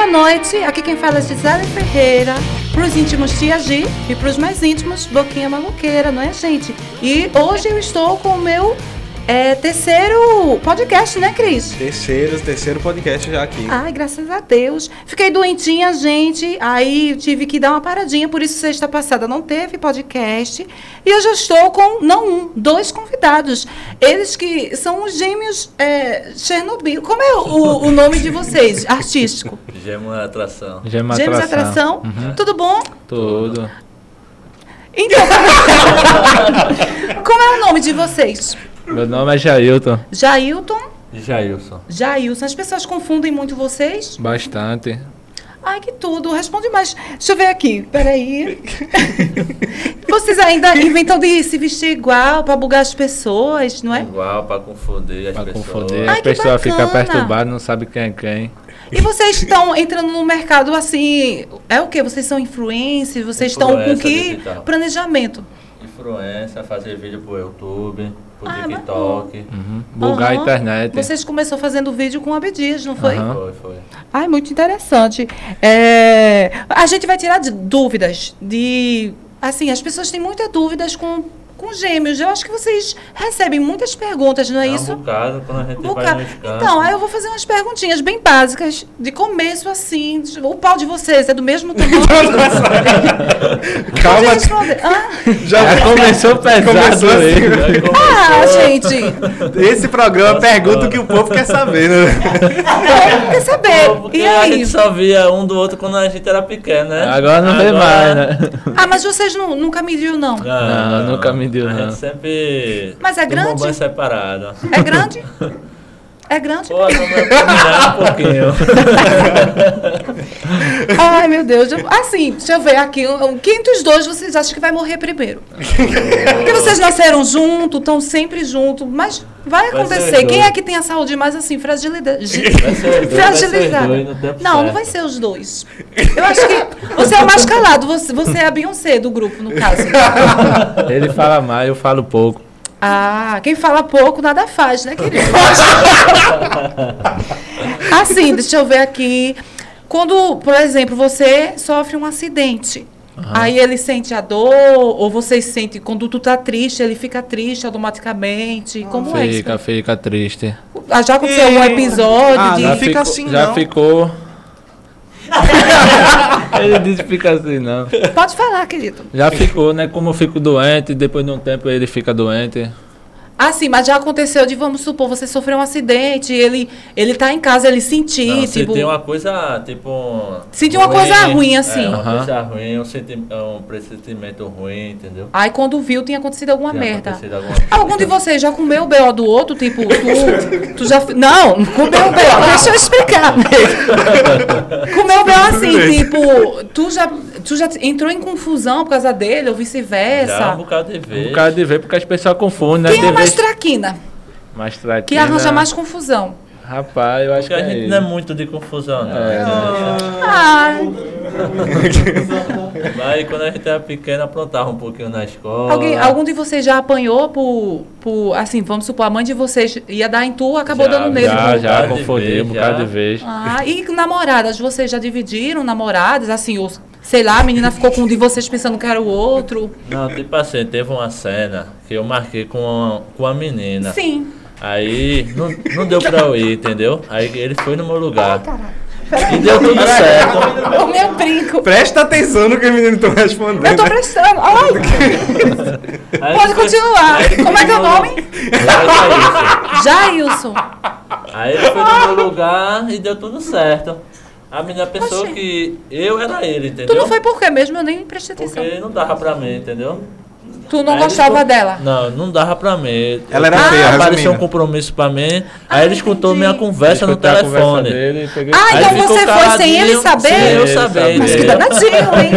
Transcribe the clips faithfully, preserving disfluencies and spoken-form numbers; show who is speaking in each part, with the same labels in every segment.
Speaker 1: Boa noite, aqui quem fala é Gisele Ferreira, pros íntimos Tia Gi e pros mais íntimos Boquinha Maloqueira, não é, gente? E hoje eu estou com o meu é, terceiro podcast, né, Cris?
Speaker 2: Terceiro, terceiro podcast já aqui.
Speaker 1: Ai, graças a Deus. Fiquei doentinha, gente, aí tive que dar uma paradinha, por isso sexta passada não teve podcast. E eu já estou com, não um, dois convidados. Eles que são os gêmeos é, Chernobyl. Como é o, o nome de vocês, artístico?
Speaker 3: Gêmeo Atração.
Speaker 1: Gêmeos Atração. Atração. Uhum. Tudo bom?
Speaker 3: Tudo.
Speaker 1: Então, como é o nome de vocês?
Speaker 4: Meu nome é Jailton.
Speaker 1: Jailton?
Speaker 3: Jailson.
Speaker 1: Jailson. As pessoas confundem muito vocês?
Speaker 4: Bastante.
Speaker 1: Ai, que tudo. Responde mais. Deixa eu ver aqui. Peraí. Vocês ainda inventam de se vestir igual para bugar as pessoas, não é?
Speaker 3: Igual, para confundir as
Speaker 4: pra
Speaker 3: pessoas.
Speaker 4: Confundir.
Speaker 1: Ai,
Speaker 4: a pessoa
Speaker 1: bacana.
Speaker 4: Fica perturbada, não sabe quem é quem.
Speaker 1: E vocês estão entrando no mercado assim... É o quê? Vocês são influencers? Vocês estão com que
Speaker 3: digital.
Speaker 1: Planejamento?
Speaker 3: Influência, fazer vídeo pro YouTube, pro
Speaker 1: Ah,
Speaker 3: TikTok.
Speaker 4: Uhum. Bugar
Speaker 1: Uhum.
Speaker 4: a internet.
Speaker 1: Vocês começaram fazendo vídeo com Abdias, não foi?
Speaker 4: Uhum.
Speaker 3: Foi, foi.
Speaker 1: Ai, muito interessante. É, a gente vai tirar de dúvidas de... Assim, as pessoas têm muitas dúvidas com, com gêmeos. Eu acho que vocês recebem muitas perguntas, não é,
Speaker 3: É um
Speaker 1: isso?
Speaker 3: bocado quando a gente
Speaker 1: Um
Speaker 3: vai
Speaker 1: bocado.
Speaker 3: nos cantos.
Speaker 1: Então, aí eu vou fazer umas perguntinhas bem básicas, de começo, assim. O pau de vocês é do mesmo tamanho?
Speaker 2: Calma.
Speaker 1: Pode responder. Ah,
Speaker 4: Já começou pesado
Speaker 2: Começou assim,
Speaker 4: ele.
Speaker 3: Já começou.
Speaker 1: ah, gente,
Speaker 2: Esse programa pergunta o que o povo quer saber, né?
Speaker 1: então, quer saber.
Speaker 3: Não, porque
Speaker 1: E
Speaker 3: a
Speaker 1: aí?
Speaker 3: gente só via um do outro quando a gente era pequeno, né?
Speaker 4: Agora não vê mais, né?
Speaker 1: Ah, mas vocês não, nunca mediram, não?
Speaker 4: Não, nunca mediu,
Speaker 3: A
Speaker 4: não.
Speaker 3: gente sempre...
Speaker 1: Mas é
Speaker 3: tomou
Speaker 1: grande?
Speaker 3: banho separado.
Speaker 1: É grande? É grande?
Speaker 3: Pô, não me um pouquinho.
Speaker 1: Ai, meu Deus. Eu- Assim, deixa eu ver aqui. um- Quem dos dois vocês acham que vai morrer primeiro? Porque vocês nasceram juntos, estão sempre juntos, mas vai
Speaker 3: Vai ser
Speaker 1: acontecer.
Speaker 3: os
Speaker 1: Quem
Speaker 3: dois.
Speaker 1: é que tem a saúde mais assim, fragilidade?
Speaker 3: Vai ser os dois, vai ser os
Speaker 1: Fragilizada.
Speaker 3: dois no tempo
Speaker 1: Não,
Speaker 3: certo.
Speaker 1: não vai ser os dois. Eu acho que você é o mais calado, você, você é a Beyoncé do grupo, no caso.
Speaker 4: Ele fala mais, eu falo pouco.
Speaker 1: Ah, quem fala pouco, nada faz, né, querido? Assim, deixa eu ver aqui. Quando, por exemplo, você sofre um acidente, aí ele sente a dor, ou você sente, quando tu tá triste, ele fica triste automaticamente. Como é isso?
Speaker 4: Fica, fica triste.
Speaker 1: Ah, já aconteceu um episódio
Speaker 2: Ah,
Speaker 1: de...
Speaker 2: não
Speaker 4: Já
Speaker 2: fica
Speaker 4: ficou,
Speaker 2: assim,
Speaker 4: já
Speaker 2: não.
Speaker 4: ficou. Ele disse que fica assim, não.
Speaker 1: Pode falar, querido.
Speaker 4: Já ficou, né? Como eu fico doente, depois de um tempo ele fica doente.
Speaker 1: Ah, sim, mas já aconteceu de, vamos supor, você sofreu um acidente, ele, ele tá em casa, ele sentir,
Speaker 3: Não, se
Speaker 1: tipo...
Speaker 3: tem uma coisa, tipo...
Speaker 1: Sentir uma coisa ruim, assim.
Speaker 3: É, uma
Speaker 4: Aham.
Speaker 3: coisa ruim, um, senti um pressentimento ruim, entendeu?
Speaker 1: Aí quando viu, tinha acontecido alguma
Speaker 3: Tinha
Speaker 1: merda.
Speaker 3: acontecido alguma coisa.
Speaker 1: Algum de vocês já comeu o B O do outro? Tipo, tu, tu já... Não, comeu o B O. Deixa eu explicar. Comeu o B O assim, tipo, tu já, tu já entrou em confusão por causa dele, ou
Speaker 3: Já um
Speaker 1: vice-versa?
Speaker 3: bocado de
Speaker 4: Um
Speaker 3: vez.
Speaker 4: bocado de ver porque as pessoas confundem, né?
Speaker 1: Quem é
Speaker 4: Tem
Speaker 1: mais
Speaker 4: vez-
Speaker 1: traquina?
Speaker 4: mais traquina.
Speaker 1: Que arranja mais confusão?
Speaker 4: Rapaz, eu acho
Speaker 3: Porque
Speaker 4: que
Speaker 3: a
Speaker 4: é
Speaker 3: gente
Speaker 4: ele.
Speaker 3: não é muito de confusão, não.
Speaker 4: É,
Speaker 1: Ah,
Speaker 3: Mas quando a gente era pequeno, aprontava um pouquinho na escola.
Speaker 1: alguém, algum de vocês já apanhou por, por... Assim, vamos supor, a mãe de vocês ia dar em tu, acabou
Speaker 3: Já,
Speaker 1: dando nele.
Speaker 4: Já,
Speaker 1: por-
Speaker 4: já,
Speaker 3: bocado de
Speaker 4: confundi,
Speaker 3: vez,
Speaker 4: um bocado
Speaker 3: já.
Speaker 4: de vez.
Speaker 1: Ah, e namoradas, vocês já dividiram namoradas? Assim, ou, sei lá, a menina ficou com um de vocês pensando que era o outro?
Speaker 3: Não, tipo assim, teve uma cena que eu marquei com a, com a menina.
Speaker 1: Sim.
Speaker 3: Aí não, não deu pra eu ir, entendeu? Aí ele foi no meu lugar.
Speaker 1: Caralho.
Speaker 3: E deu tudo certo.
Speaker 1: O meu brinco.
Speaker 2: Presta atenção no que os meninos estão respondendo.
Speaker 1: Eu tô prestando. Ai,
Speaker 3: Aí
Speaker 1: pode
Speaker 3: ele foi-
Speaker 1: continuar.
Speaker 3: aí ele
Speaker 1: Como é que é o
Speaker 3: foi no-
Speaker 1: nome?
Speaker 3: Jailson.
Speaker 1: Jailson.
Speaker 3: Aí ele foi no meu lugar e deu tudo certo. A menina pensou
Speaker 1: Oxi.
Speaker 3: que eu era ele, entendeu?
Speaker 1: Tu não foi por quê mesmo? Eu nem prestei atenção.
Speaker 3: Porque não dava pra mim, entendeu?
Speaker 1: Tu não
Speaker 3: Aí ele
Speaker 1: gostava
Speaker 3: ficou-
Speaker 1: dela?
Speaker 3: Não, não dava pra mim.
Speaker 2: Ela era
Speaker 3: Eu-
Speaker 2: feia,
Speaker 3: Apareceu
Speaker 2: resumindo.
Speaker 3: um compromisso pra mim.
Speaker 1: Ah,
Speaker 3: Aí ele escutou
Speaker 1: entendi.
Speaker 3: minha conversa no
Speaker 4: Escutei a conversa
Speaker 3: telefone.
Speaker 4: dele e peguei-
Speaker 1: Ah,
Speaker 3: Aí
Speaker 1: então
Speaker 3: ficou
Speaker 1: você foi sem ele
Speaker 3: caladinho,
Speaker 1: saber?
Speaker 3: Sem eu
Speaker 4: Sem ele
Speaker 3: saber.
Speaker 4: saber.
Speaker 1: Mas que
Speaker 3: entendeu?
Speaker 1: danadinho, hein?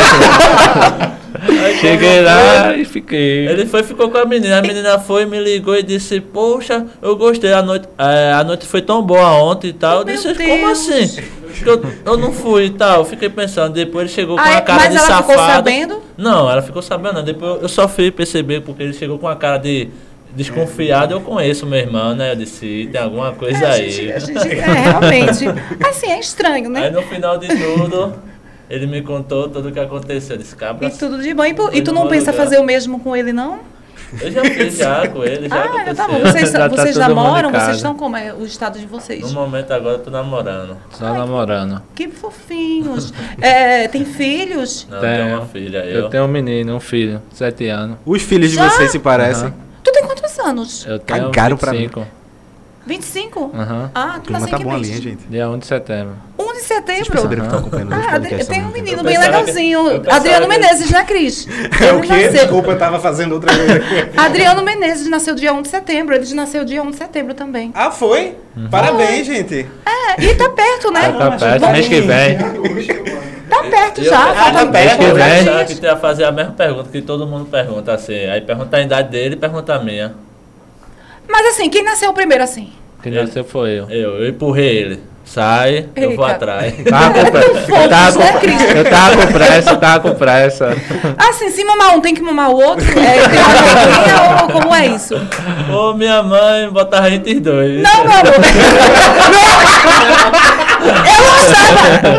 Speaker 3: Aí
Speaker 4: Cheguei lá e fiquei.
Speaker 3: Ele foi ficou com a menina. A menina foi, me ligou e disse, poxa, eu gostei, a noite, é, a noite foi tão boa ontem e tal. Eu
Speaker 1: Meu
Speaker 3: disse,
Speaker 1: Deus.
Speaker 3: como assim? Que Eu, eu não fui e tal. Eu fiquei pensando, depois ele chegou com
Speaker 1: Ai,
Speaker 3: a cara
Speaker 1: mas
Speaker 3: de
Speaker 1: ela
Speaker 3: safado.
Speaker 1: ficou sabendo?
Speaker 3: Não, ela ficou sabendo, não. Depois eu só fui perceber porque ele chegou com a cara de, desconfiado, eu conheço meu irmão, né? Eu disse, tem alguma coisa
Speaker 1: É, a
Speaker 3: aí.
Speaker 1: gente, a gente, é, realmente. Assim, é estranho, né?
Speaker 3: Aí no final de tudo, ele me contou tudo o que aconteceu. Eu disse, cabra.
Speaker 1: E tudo de bom. E, pô,
Speaker 3: foi
Speaker 1: e tu
Speaker 3: no
Speaker 1: não
Speaker 3: meu
Speaker 1: pensa
Speaker 3: lugar.
Speaker 1: fazer o mesmo com ele, não?
Speaker 3: Eu já fiz já com ele, já
Speaker 1: Ah,
Speaker 3: aconteceu.
Speaker 1: tá bom. Vocês,
Speaker 4: Já tá
Speaker 1: vocês
Speaker 4: todo mundo em
Speaker 1: namoram?
Speaker 4: casa.
Speaker 1: Vocês estão como é o estado de vocês?
Speaker 3: No momento agora eu tô namorando.
Speaker 4: Só namorando.
Speaker 1: Que fofinhos. É, tem filhos?
Speaker 3: Não,
Speaker 4: Tenho.
Speaker 3: tenho uma filha.
Speaker 4: Eu,
Speaker 3: Eu,
Speaker 4: tenho um menino, um filho, sete anos.
Speaker 2: Os filhos de
Speaker 1: Já?
Speaker 2: vocês se parecem.
Speaker 4: Aham.
Speaker 1: Tu tem quantos anos?
Speaker 4: Eu tenho
Speaker 2: Cagaram pra
Speaker 4: vinte e cinco.
Speaker 1: vinte e cinco?
Speaker 4: Aham.
Speaker 1: Ah,
Speaker 2: A
Speaker 1: tu
Speaker 2: turma
Speaker 1: nasceu
Speaker 2: tá
Speaker 1: em que
Speaker 2: bom ali,
Speaker 1: mês?
Speaker 2: hein, gente?
Speaker 4: Dia um de setembro.
Speaker 1: um de
Speaker 2: Vocês
Speaker 1: setembro?
Speaker 2: perceberam que estão acompanhando os
Speaker 1: Ah,
Speaker 2: podcasts
Speaker 1: tem um
Speaker 2: também.
Speaker 1: menino
Speaker 3: Eu
Speaker 1: bem
Speaker 3: pensava que-
Speaker 1: legalzinho.
Speaker 3: eu pensava
Speaker 1: Adriano
Speaker 3: que-
Speaker 1: Menezes, né, Cris?
Speaker 2: É o
Speaker 1: Ele
Speaker 2: quê?
Speaker 1: nasceu-
Speaker 2: Desculpa, eu tava fazendo outra coisa.
Speaker 1: Adriano Menezes nasceu dia um de setembro. Ele nasceu dia um de setembro também.
Speaker 2: Ah, foi? Parabéns, gente.
Speaker 1: É, e tá perto, né?
Speaker 4: Tá perto, mês que vem.
Speaker 1: Tá perto
Speaker 3: eu,
Speaker 1: já.
Speaker 3: eu,
Speaker 1: falta
Speaker 2: tá perto,
Speaker 1: poucos
Speaker 3: eu
Speaker 4: né?
Speaker 3: pensava
Speaker 1: dias.
Speaker 3: que tu ia fazer a mesma pergunta que todo mundo pergunta, assim. Aí pergunta a idade dele e pergunta a minha.
Speaker 1: Mas assim, quem nasceu primeiro assim?
Speaker 4: Quem nasceu foi eu.
Speaker 3: Eu, eu empurrei ele. Sai, eu vou
Speaker 1: Eita.
Speaker 3: atrás.
Speaker 4: Tava com pressa. Eu tava
Speaker 1: né,
Speaker 4: com,
Speaker 1: Cris?
Speaker 4: eu tava com pressa, eu tava com pressa.
Speaker 1: Assim, se mamar um tem que mamar o outro? É, tem uma regrinha ou como é isso?
Speaker 3: Ô, minha mãe botava a gente os dois.
Speaker 1: Não, meu amor. Eu achava,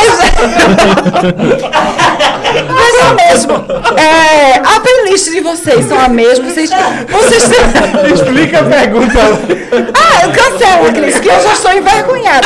Speaker 1: mas, mas é mesmo. É, a playlist de vocês são a mesma. Vocês, vocês têm...
Speaker 2: Explica a pergunta.
Speaker 1: Ah, cancela, Cris, que eu já estou envergonhada.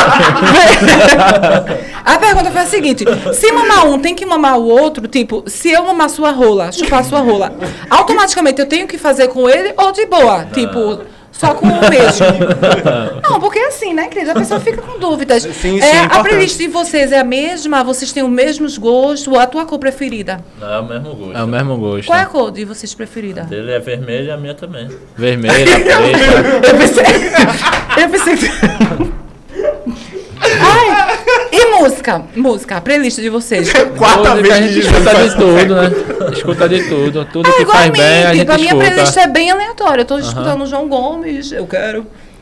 Speaker 1: A pergunta foi a seguinte: se mamar um, tem que mamar o outro? Tipo, se eu mamar sua rola, chupar sua rola, automaticamente eu tenho que fazer com ele ou de boa? Tipo, só com um beijo? Não, porque é assim, né, Cris? A pessoa fica com dúvidas.
Speaker 2: Sim,
Speaker 1: É,
Speaker 2: sim, é
Speaker 1: a
Speaker 2: importante.
Speaker 1: playlist de vocês é a mesma? Vocês têm os mesmos gostos? Ou a tua cor preferida?
Speaker 3: Não, é o mesmo gosto.
Speaker 4: É o mesmo gosto.
Speaker 1: Qual é a cor de vocês preferida?
Speaker 3: Dele é vermelho e a minha também.
Speaker 4: Vermelha, preta.
Speaker 1: Eu pensei. Eu pensei. Ai, e música? Música, a playlist de vocês.
Speaker 2: Quarta
Speaker 4: Música, a
Speaker 2: vez
Speaker 4: gente
Speaker 2: que
Speaker 4: escuta
Speaker 2: faz
Speaker 4: de tudo, né? Escuta de tudo. Tudo
Speaker 1: É
Speaker 4: que
Speaker 1: igual a
Speaker 4: faz
Speaker 1: mim,
Speaker 4: bem, a gente
Speaker 1: tipo, a minha playlist
Speaker 4: escuta.
Speaker 1: é bem aleatória. Eu tô escutando o João Gomes, eu quero.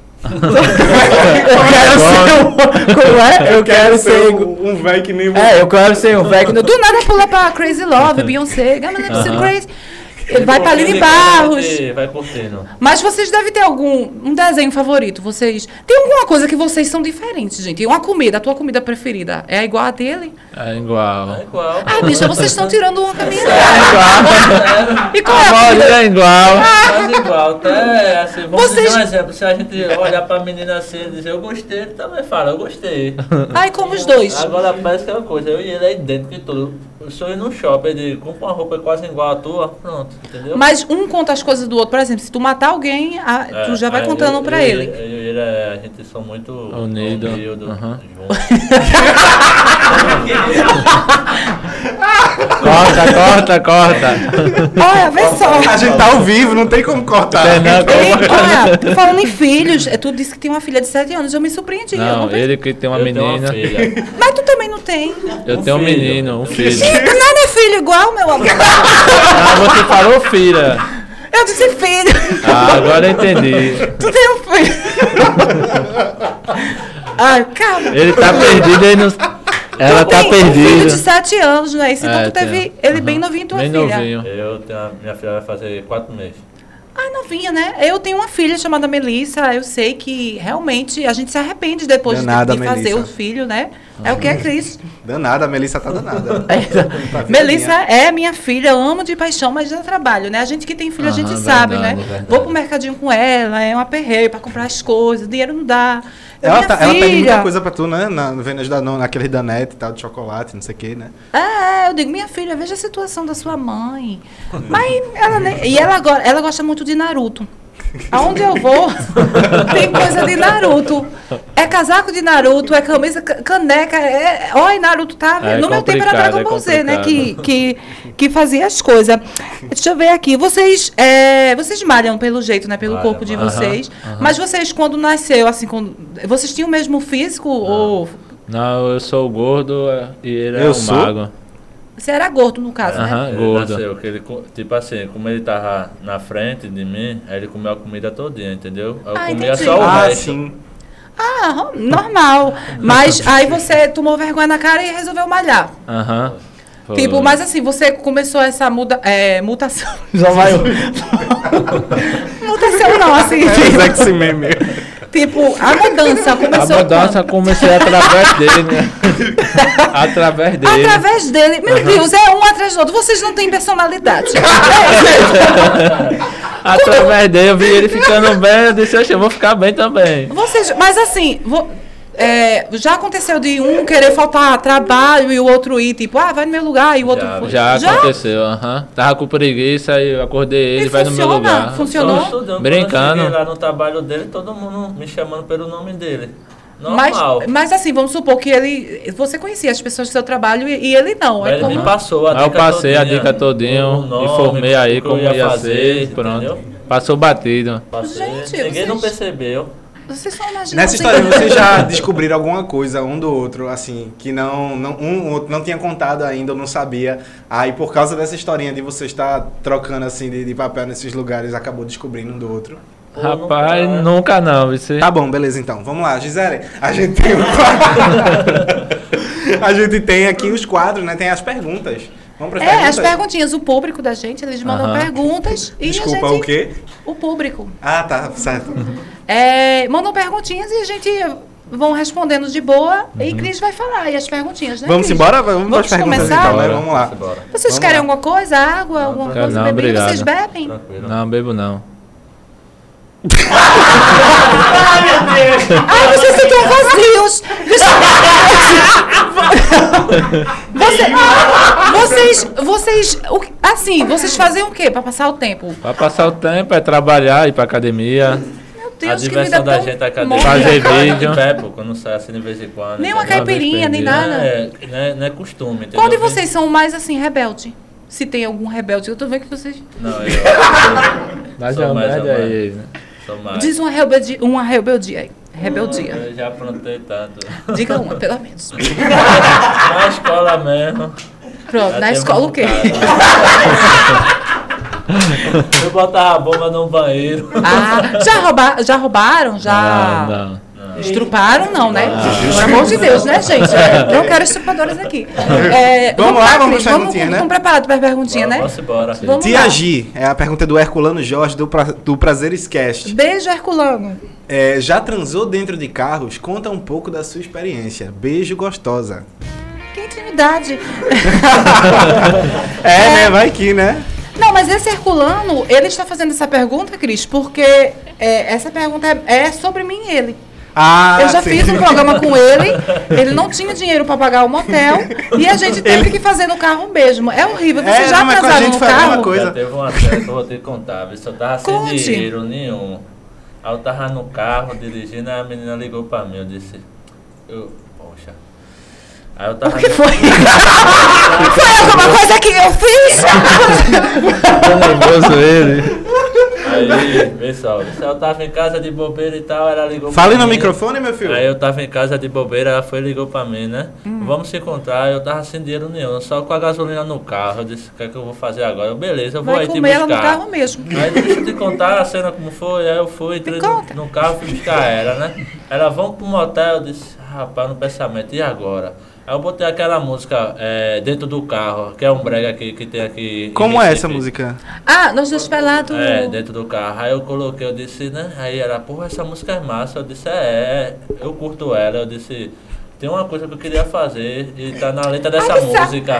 Speaker 2: Eu
Speaker 1: quero ser um- como é?
Speaker 2: Eu quero ser um um velho que nem você.
Speaker 1: É, eu quero ser um velho. Do nada pula pra Crazy Love, Beyoncé, Gama
Speaker 4: Aham.
Speaker 1: Crazy. Ele vai pra Aline
Speaker 3: Ele
Speaker 1: Barros.
Speaker 3: vai, vai curtindo.
Speaker 1: Mas vocês devem ter algum um desenho favorito. Vocês. Tem alguma coisa que vocês são diferentes, gente. E uma comida, a tua comida preferida é igual a dele?
Speaker 4: É igual.
Speaker 3: É igual.
Speaker 1: Ah, bicha, vocês estão tirando uma caminhada.
Speaker 4: igual.
Speaker 1: E qual é
Speaker 4: A
Speaker 1: a comida?
Speaker 4: maioria é igual.
Speaker 3: Quase igual. Até, assim, vamos
Speaker 1: Vocês-
Speaker 3: dizer um exemplo. Se a gente olhar pra menina assim e dizer eu gostei, ele também fala, eu gostei.
Speaker 1: Ai, como os dois.
Speaker 3: Agora parece que é uma coisa, eu e ele é idêntico e tudo. Eu sou ir no shopping, ele compra uma roupa quase igual a tua, pronto, entendeu?
Speaker 1: Mas um conta as coisas do outro. Por exemplo, se tu matar alguém, a-
Speaker 3: É,
Speaker 1: tu já vai
Speaker 3: aí
Speaker 1: contando
Speaker 3: eu-
Speaker 1: pra
Speaker 3: eu-
Speaker 1: ele.
Speaker 3: Eu e ele, é- a gente são muito
Speaker 4: Unido.
Speaker 3: unido,
Speaker 4: Aham.
Speaker 3: juntos.
Speaker 4: Corta, corta, corta.
Speaker 1: Olha, vê só.
Speaker 2: A gente tá ao vivo, não tem como cortar.
Speaker 4: Tem não,
Speaker 1: Ei, olha, falando em filhos, é, tu disse que tem uma filha de sete anos. Eu me surpreendi. eu
Speaker 4: Não,
Speaker 1: não pensei-
Speaker 4: ele que tem uma
Speaker 3: Eu tenho
Speaker 4: menina.
Speaker 3: filha.
Speaker 1: Mas tu também não tem.
Speaker 4: Eu
Speaker 3: Um
Speaker 4: tenho um
Speaker 3: filho.
Speaker 4: menino, um filho.
Speaker 1: Ih, nada é filho igual, meu amor.
Speaker 4: Ah, você falou filha.
Speaker 1: Eu disse filho.
Speaker 4: Ah, agora eu entendi.
Speaker 1: Tu tem um filho. Ai, calma.
Speaker 4: Ele tá perdido, ele não... Ela
Speaker 1: Tu
Speaker 4: tá
Speaker 1: tem um filho de
Speaker 4: perdida.
Speaker 1: sete anos, né? Então
Speaker 4: É,
Speaker 1: tu teve
Speaker 4: tenho.
Speaker 1: ele
Speaker 4: Aham.
Speaker 1: bem novinho, tua
Speaker 4: Bem
Speaker 1: filha.
Speaker 4: novinho.
Speaker 3: Eu tenho a, minha filha vai fazer quatro meses.
Speaker 1: Ai, novinha, né? Eu tenho uma filha chamada Melissa. Eu sei que realmente a gente se arrepende depois de,
Speaker 2: Danada,
Speaker 1: de fazer
Speaker 2: Melissa.
Speaker 1: o filho, né? É o que é, Cris?
Speaker 2: Danada, a Melissa tá danada. Tá
Speaker 1: Melissa é minha filha, eu amo de paixão, mas dá trabalho, né? A gente que tem filho, a gente
Speaker 4: Aham,
Speaker 1: sabe,
Speaker 4: verdade,
Speaker 1: né?
Speaker 4: verdade.
Speaker 1: Vou pro mercadinho com ela, é um aperreio pra comprar as coisas, dinheiro não dá. Eu,
Speaker 2: Ela,
Speaker 1: minha
Speaker 2: tá, ela pede muita
Speaker 1: filha-
Speaker 2: coisa pra tu, né? Na, no Vênus da, no, naquele da net e tal, de chocolate, não sei o que, né?
Speaker 1: É, eu digo, minha filha, veja a situação da sua mãe. Mas ela nem... E ela, agora, ela gosta muito de Naruto. Aonde eu vou, tem coisa de Naruto. É casaco de Naruto, é camisa, ca- caneca. É... Olha, Naruto tá.
Speaker 4: É
Speaker 1: no meu tempo era
Speaker 4: complicado,
Speaker 1: Dragon Ball
Speaker 4: é
Speaker 1: Z, né? Que,
Speaker 4: complicado.
Speaker 1: que, que fazia as coisas. Deixa eu ver aqui. Vocês, é, vocês malham pelo jeito, né? Pelo
Speaker 3: Malha,
Speaker 1: corpo de
Speaker 3: malha.
Speaker 1: vocês.
Speaker 4: Aham, aham.
Speaker 1: Mas vocês, quando nasceu, assim, quando, vocês tinham o mesmo físico? Ou
Speaker 4: Não, eu sou gordo e ele é
Speaker 2: Eu
Speaker 4: um
Speaker 2: sou?
Speaker 4: mago.
Speaker 1: você era gordo, no caso, né?
Speaker 4: Aham,
Speaker 3: Ele
Speaker 4: gordo.
Speaker 3: nasceu, que ele, co- tipo assim, como ele tava na frente de mim, aí ele comeu a comida todinha, entendeu? Aí eu
Speaker 1: Ah,
Speaker 3: comia
Speaker 1: entendi.
Speaker 3: só o
Speaker 2: Ah,
Speaker 3: resto.
Speaker 2: sim.
Speaker 1: Ah, ro- normal. Mas aí você tomou vergonha na cara e resolveu malhar.
Speaker 4: Aham. Foi.
Speaker 1: Tipo, mas assim, você começou essa muda, é, mutação. Já vai. Mutação não, assim.
Speaker 2: Sexy meme.
Speaker 1: Tipo, a mudança começou.
Speaker 4: A mudança
Speaker 1: quando?
Speaker 4: comecei através dele, né? através dele.
Speaker 1: Através dele. Meu uhum. Deus, é um atrás do outro. Vocês não têm personalidade.
Speaker 4: através dele, eu vi ele ficando bem, eu disse, eu vou ficar bem também.
Speaker 1: Vocês, mas assim, vou, é, já aconteceu de um querer faltar trabalho e o outro ir, tipo, ah, vai no meu lugar, e o outro...
Speaker 4: Já, já? aconteceu, aham. Uh-huh. Tava com preguiça, aí eu acordei ele, e vai funciona? no meu lugar.
Speaker 1: Funcionou?
Speaker 3: Estudando,
Speaker 4: brincando.
Speaker 3: Eu lá no trabalho dele, todo mundo me chamando pelo nome dele. Normal.
Speaker 1: Mas, mas assim, vamos supor que ele... Você conhecia as pessoas do seu trabalho e, e ele não. É
Speaker 3: ele
Speaker 1: como...
Speaker 3: me passou a dica todinha.
Speaker 4: Eu passei todinha, a dica todinho, informei aí como ia, ia fazer, ser, pronto. Entendeu? Passou batido.
Speaker 3: Passei.
Speaker 1: Gente,
Speaker 3: Ninguém
Speaker 1: vocês...
Speaker 3: não percebeu.
Speaker 1: Vocês só imaginam.
Speaker 2: Nessa história, vocês já descobriram alguma coisa um do outro, assim, que não, não, um outro não tinha contado ainda ou não sabia. Aí, por causa dessa historinha de você estar trocando, assim, de, de papel nesses lugares, acabou descobrindo um do outro?
Speaker 4: Pô, rapaz, nunca, nunca não. Você...
Speaker 2: Tá bom, beleza, então. Vamos lá, Gisele. A gente tem um quadro. A gente tem aqui os quadros, né? Tem as perguntas. Vamos para as
Speaker 1: é,
Speaker 2: perguntas?
Speaker 1: as perguntinhas, o público da gente, eles mandam uh-huh. perguntas e
Speaker 2: Desculpa,
Speaker 1: a gente...
Speaker 2: o quê?
Speaker 1: O público.
Speaker 2: Ah, tá, certo.
Speaker 1: É, mandam perguntinhas e a gente vão respondendo de boa uhum. e Cris vai falar e as perguntinhas, né,
Speaker 2: Vamos
Speaker 1: Cris?
Speaker 2: embora? Vamos,
Speaker 1: Vamos
Speaker 2: para as perguntas
Speaker 1: começar?
Speaker 2: então, né? Vamos lá.
Speaker 1: Vocês
Speaker 2: Vamos
Speaker 1: querem
Speaker 2: lá.
Speaker 1: alguma coisa? Água,
Speaker 3: não,
Speaker 1: alguma
Speaker 3: não,
Speaker 1: coisa?
Speaker 4: Não,
Speaker 1: Bebida?
Speaker 4: obrigado.
Speaker 1: Vocês bebem?
Speaker 3: Tranquilo.
Speaker 4: Não, bebo não.
Speaker 1: Ai, vocês ficam vazios. Você, vocês, vocês, o, assim, vocês fazem o quê para passar o tempo?
Speaker 4: Para passar o tempo é trabalhar, ir para academia.
Speaker 1: Meu Deus,
Speaker 3: a diversão da gente é academia.
Speaker 4: Fazer vídeo.
Speaker 3: Bebo, quando sai assim de vez em quando.
Speaker 1: Nem uma caipirinha, nem nada.
Speaker 3: É, não é, não é costume, entendeu?
Speaker 1: Qual de vocês são mais assim, rebelde? Se tem algum rebelde, eu tô vendo que vocês...
Speaker 3: Não, eu...
Speaker 4: Mas é
Speaker 3: mais
Speaker 4: média aí, né?
Speaker 1: Diz uma rebeldia, uma rebeldia aí. Rebeldia.
Speaker 3: Eu já aprontei tanto.
Speaker 1: Diga uma, pelo menos.
Speaker 3: Na escola mesmo.
Speaker 1: Pronto, na escola o quê?
Speaker 3: Eu botava a bomba no banheiro.
Speaker 1: Ah, já, rouba, já roubaram? Já
Speaker 4: não, não.
Speaker 1: Estruparam? Não, né? Pelo amor de Deus, né, gente? Não quero estrupadores aqui. É,
Speaker 2: vamos, vamos lá, vamos para as
Speaker 1: perguntinhas,
Speaker 2: né?
Speaker 1: Estão preparados para a perguntinha, né?
Speaker 3: Vamos embora.
Speaker 1: Vamos
Speaker 2: Tia
Speaker 1: lá.
Speaker 2: Gi, é a pergunta do Herculano Jorge, do, pra, do Prazeres Cast.
Speaker 1: Beijo, Herculano.
Speaker 2: É, já transou dentro de carros? Conta um pouco da sua experiência. Beijo, gostosa.
Speaker 1: Que intimidade.
Speaker 2: é, é, né? Vai que, né?
Speaker 1: Não, mas esse Herculano, ele está fazendo essa pergunta, Cris, porque é, essa pergunta é, é sobre mim e ele.
Speaker 2: Ah,
Speaker 1: eu já
Speaker 2: sim.
Speaker 1: fiz um programa com ele, ele não tinha dinheiro para pagar o motel e a gente teve ele... que fazer no carro mesmo. É horrível. Você
Speaker 2: é,
Speaker 1: já
Speaker 2: não,
Speaker 1: transaram no carro?
Speaker 2: Uma coisa.
Speaker 3: Já teve uma certa, eu vou te contar, eu tava sem
Speaker 1: Conte.
Speaker 3: dinheiro nenhum. Aí eu tava no carro dirigindo, aí a menina ligou pra mim, eu disse, eu, poxa. Aí eu tava.
Speaker 1: O que foi? Foi alguma coisa que eu fiz?
Speaker 4: Tô nervoso ele.
Speaker 3: Aí, pessoal, eu tava em casa de bobeira e tal, ela ligou
Speaker 2: Fale
Speaker 3: pra
Speaker 2: no
Speaker 3: mim.
Speaker 2: microfone, meu filho.
Speaker 3: Aí eu tava em casa de bobeira, ela foi e ligou pra mim, né? Hum. Vamos se encontrar, eu tava sem dinheiro nenhum, só com a gasolina no carro. Eu disse, o que é que eu vou fazer agora? Eu, beleza, eu vou
Speaker 1: Vai
Speaker 3: aí te
Speaker 1: comer
Speaker 3: buscar.
Speaker 1: ela no carro mesmo.
Speaker 3: Aí deixa eu te contar a cena como foi, aí eu fui, entrei no, no carro, fui buscar ela, né? Ela, vamos pro motel, eu disse, rapaz, no pensamento, e agora? Aí eu botei aquela música é, dentro do carro, que é um brega aqui, que tem aqui...
Speaker 2: Como é essa música?
Speaker 1: Ah, nós dois pelados...
Speaker 3: É, dentro do carro. Aí eu coloquei, eu disse, né? Aí ela, porra, essa música é massa. Eu disse, é, eu curto ela. Eu disse, tem uma coisa que eu queria fazer e tá na letra dessa
Speaker 1: Ai,
Speaker 3: música.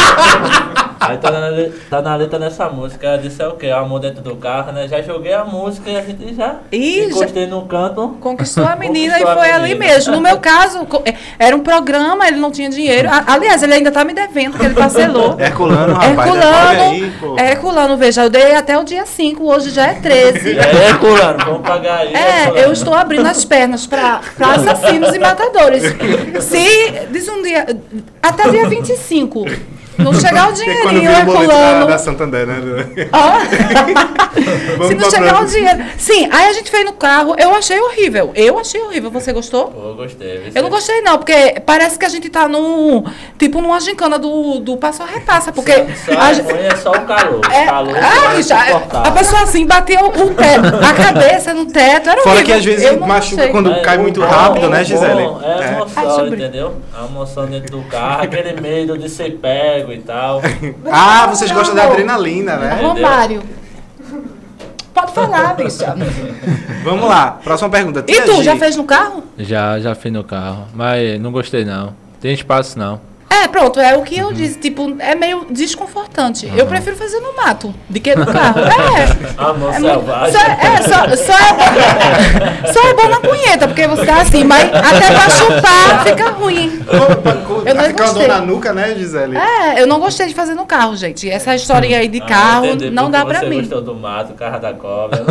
Speaker 3: Aí tá na, tá na letra dessa música. Eu disse, é o quê? Amor dentro do carro, né? Já joguei a música e a gente já
Speaker 1: e
Speaker 3: encostei
Speaker 1: já...
Speaker 3: no canto.
Speaker 1: Conquistou a menina
Speaker 3: Conquistou
Speaker 1: e foi
Speaker 3: a
Speaker 1: ali
Speaker 3: menina.
Speaker 1: mesmo. No meu caso, era um programa, ele não tinha dinheiro. Aliás, ele ainda tá me devendo, porque ele parcelou.
Speaker 2: Herculano, rapaz.
Speaker 1: Herculano,
Speaker 2: aí, pô.
Speaker 1: Herculano, veja, eu dei até o dia cinco, hoje já é treze.
Speaker 3: É, Herculano, vamos pagar aí.
Speaker 1: É,
Speaker 3: Herculano.
Speaker 1: eu estou abrindo as pernas para assassinos e matadores. Se, diz um dia, até dia vinte e cinco, não chegar o dinheirinho, Herculano.
Speaker 2: Da Santander, né?
Speaker 1: Ah. Se não chegar o dinheiro. Sim, aí a gente fez no carro, eu achei horrível. Eu achei horrível. Você gostou?
Speaker 3: Pô, eu gostei.
Speaker 1: Eu não gostei, não, porque parece que a gente tá num. Tipo numa gincana do, do passo a repassa. Porque.
Speaker 3: Só, só
Speaker 1: a,
Speaker 3: é ruim, é só o calor.
Speaker 1: é,
Speaker 3: o calor
Speaker 1: ah,
Speaker 3: é
Speaker 1: já, a pessoa assim bateu o teto, a cabeça no teto. Era
Speaker 2: Fora
Speaker 1: horrível.
Speaker 2: que às vezes
Speaker 1: Eu não
Speaker 2: machuca
Speaker 1: gostei.
Speaker 2: quando
Speaker 3: É,
Speaker 2: cai
Speaker 3: o
Speaker 2: muito
Speaker 3: bom,
Speaker 2: rápido,
Speaker 3: o
Speaker 2: né,
Speaker 3: bom
Speaker 2: Gisele?
Speaker 3: É a
Speaker 1: Ai,
Speaker 3: emoção,
Speaker 1: sobre-
Speaker 3: entendeu? A emoção dentro do carro, aquele medo de ser pego. ego e tal.
Speaker 2: Ah, vocês gostam da adrenalina, né?
Speaker 1: Romário. Pode falar, bicha.
Speaker 2: Vamos lá, próxima pergunta.
Speaker 1: E tu, já fez no carro?
Speaker 4: Já, já fiz no carro. Mas não gostei, não. Tem espaço, não.
Speaker 1: É, pronto, é o que eu disse, tipo, é meio desconfortante. Uhum. Eu prefiro fazer no mato do que no carro. É.
Speaker 3: Amor
Speaker 1: é
Speaker 3: selvagem.
Speaker 1: Só, é, só, só, é bom, só é bom na punheta, porque você tá assim, mas até pra chupar fica ruim.
Speaker 2: Eu não fica gostei. Na nuca, né, Gisele?
Speaker 1: É, eu não gostei de fazer no carro, gente. Essa historinha aí de
Speaker 3: ah,
Speaker 1: carro não dá pra
Speaker 3: você
Speaker 1: mim.
Speaker 3: Você gostou do mato, carro da cobra.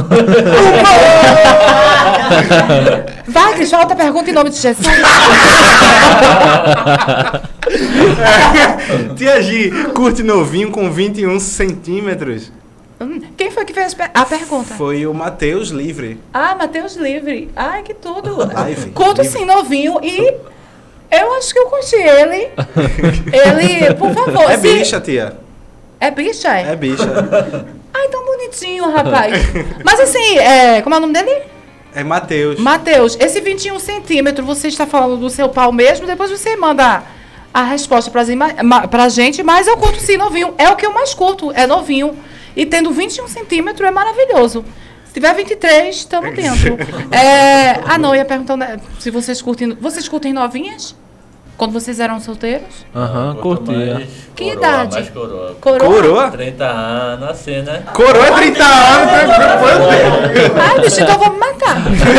Speaker 1: Vai, Cris, falta pergunta em nome de Jesus.
Speaker 2: Tia Gi, curte novinho com vinte e um centímetros?
Speaker 1: Quem foi que fez a pergunta?
Speaker 2: Foi o Matheus Livre.
Speaker 1: Ah, Matheus Livre. Ai, que tudo.
Speaker 2: Live.
Speaker 1: Curto sim, novinho. E eu acho que eu curti ele. Ele, por favor.
Speaker 2: É
Speaker 1: se...
Speaker 2: bicha, tia.
Speaker 1: É bicha, é?
Speaker 2: É bicha.
Speaker 1: Ai, tão bonitinho, rapaz. Mas assim, é... como é o nome dele?
Speaker 2: É Matheus.
Speaker 1: Matheus, esse vinte e um centímetros, você está falando do seu pau mesmo, depois você manda a resposta pra, pra gente, mas eu curto sim novinho. É o que eu mais curto, é novinho. E tendo vinte e um centímetros é maravilhoso. Se tiver vinte e três, estamos dentro. É... Ah, não, eu ia perguntar se vocês curtem... Vocês curtem novinhas? Quando vocês eram solteiros?
Speaker 4: Aham, uhum, curtia.
Speaker 1: Que
Speaker 3: coroa,
Speaker 1: idade?
Speaker 3: Mais coroa.
Speaker 1: Coroa?
Speaker 2: Coroa?
Speaker 3: trinta anos, assim, né?
Speaker 2: Coroa é trinta anos?
Speaker 1: Ai, bicho, então eu vou me matar.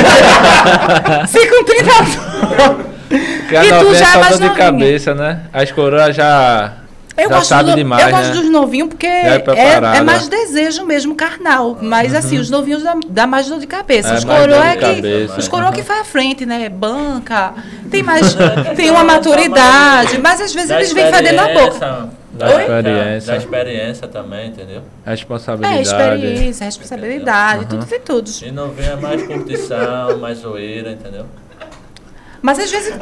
Speaker 1: Se com trinta anos...
Speaker 4: Porque a novinha é só dor de cabeça, né? As coroas já...
Speaker 1: Eu
Speaker 4: Já
Speaker 1: gosto,
Speaker 4: sabe
Speaker 1: do,
Speaker 4: demais,
Speaker 1: eu gosto
Speaker 4: né?
Speaker 1: dos novinhos porque
Speaker 4: é,
Speaker 1: é, é mais desejo mesmo, carnal. Mas uhum. assim, os novinhos dá, dá mais dor de cabeça.
Speaker 4: É,
Speaker 1: os coroa é que.
Speaker 3: Cabeça,
Speaker 1: os coroa uhum. que faz à frente, né? Banca, tem mais. Tem uma maturidade. Mas às vezes eles vêm fedendo na boca.
Speaker 3: Da
Speaker 1: Oi?
Speaker 3: experiência. Da experiência também, entendeu?
Speaker 4: Responsabilidade.
Speaker 1: É, experiência, responsabilidade, uhum. tudo e tudo.
Speaker 3: E novinho é mais curtição, mais zoeira, entendeu?
Speaker 1: Mas às vezes.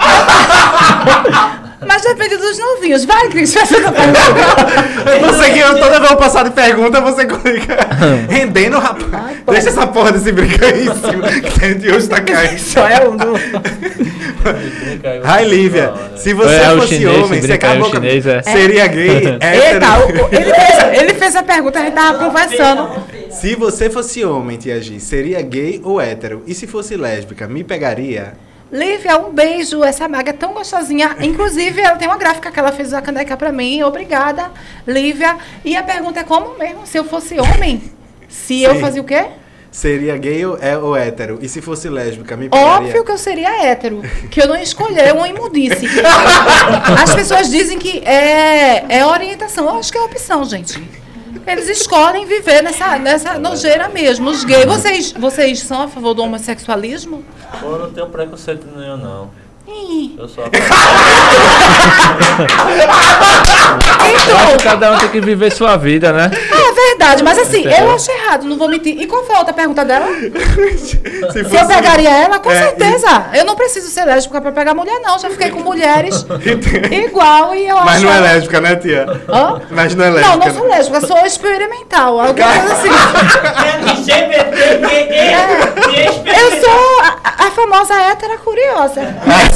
Speaker 1: Mas depende dos novinhos. Vai, Cris, faz essa pergunta.
Speaker 2: Você que eu toda vez eu passar de pergunta, você fica rendendo, rapaz. Ai, deixa essa porra desse brinco aí em cima, que a gente hoje tá caindo.
Speaker 1: Só é um do.
Speaker 2: Ai, Lívia, se você é, fosse chinês, homem, você acabou com... é. seria gay, hétero.
Speaker 1: Eita, ele, fez, ele fez a pergunta, a gente tava conversando.
Speaker 2: Se você fosse homem, Tia Gi, seria gay ou hétero? E se fosse lésbica, me pegaria?
Speaker 1: Lívia, um beijo. Essa maga é tão gostosinha. Inclusive, ela tem uma gráfica que ela fez a caneca pra mim. Obrigada, Lívia. E a pergunta é como mesmo? Se eu fosse homem, se Sim. eu fazia o quê?
Speaker 2: Seria gay ou, é, ou hétero? E se fosse lésbica, me pegaria?
Speaker 1: Óbvio que eu seria hétero. Que eu não escolhi, é uma imundice. As pessoas dizem que é, é orientação. Eu acho que é opção, gente. Eles escolhem viver nessa, nessa nojeira mesmo. Os gays. Vocês, vocês são a favor do homossexualismo?
Speaker 3: Eu não tenho preconceito nenhum, não.
Speaker 1: Ih.
Speaker 3: Eu sou a
Speaker 4: então, cada um tem que viver sua vida, né?
Speaker 1: É verdade, mas assim, Entendeu? eu acho errado, não vou mentir. E qual foi a outra pergunta dela? Se, Se eu pegaria ela, com é, certeza. E... Eu não preciso ser lésbica pra pegar mulher, não. Já fiquei com mulheres igual e eu acho...
Speaker 2: Mas não é lésbica, né, tia?
Speaker 1: Hã?
Speaker 2: Mas não é lésbica.
Speaker 1: Não, não sou lésbica, sou experimental. Alguma coisa assim. é. Eu sou a, a famosa hétera curiosa.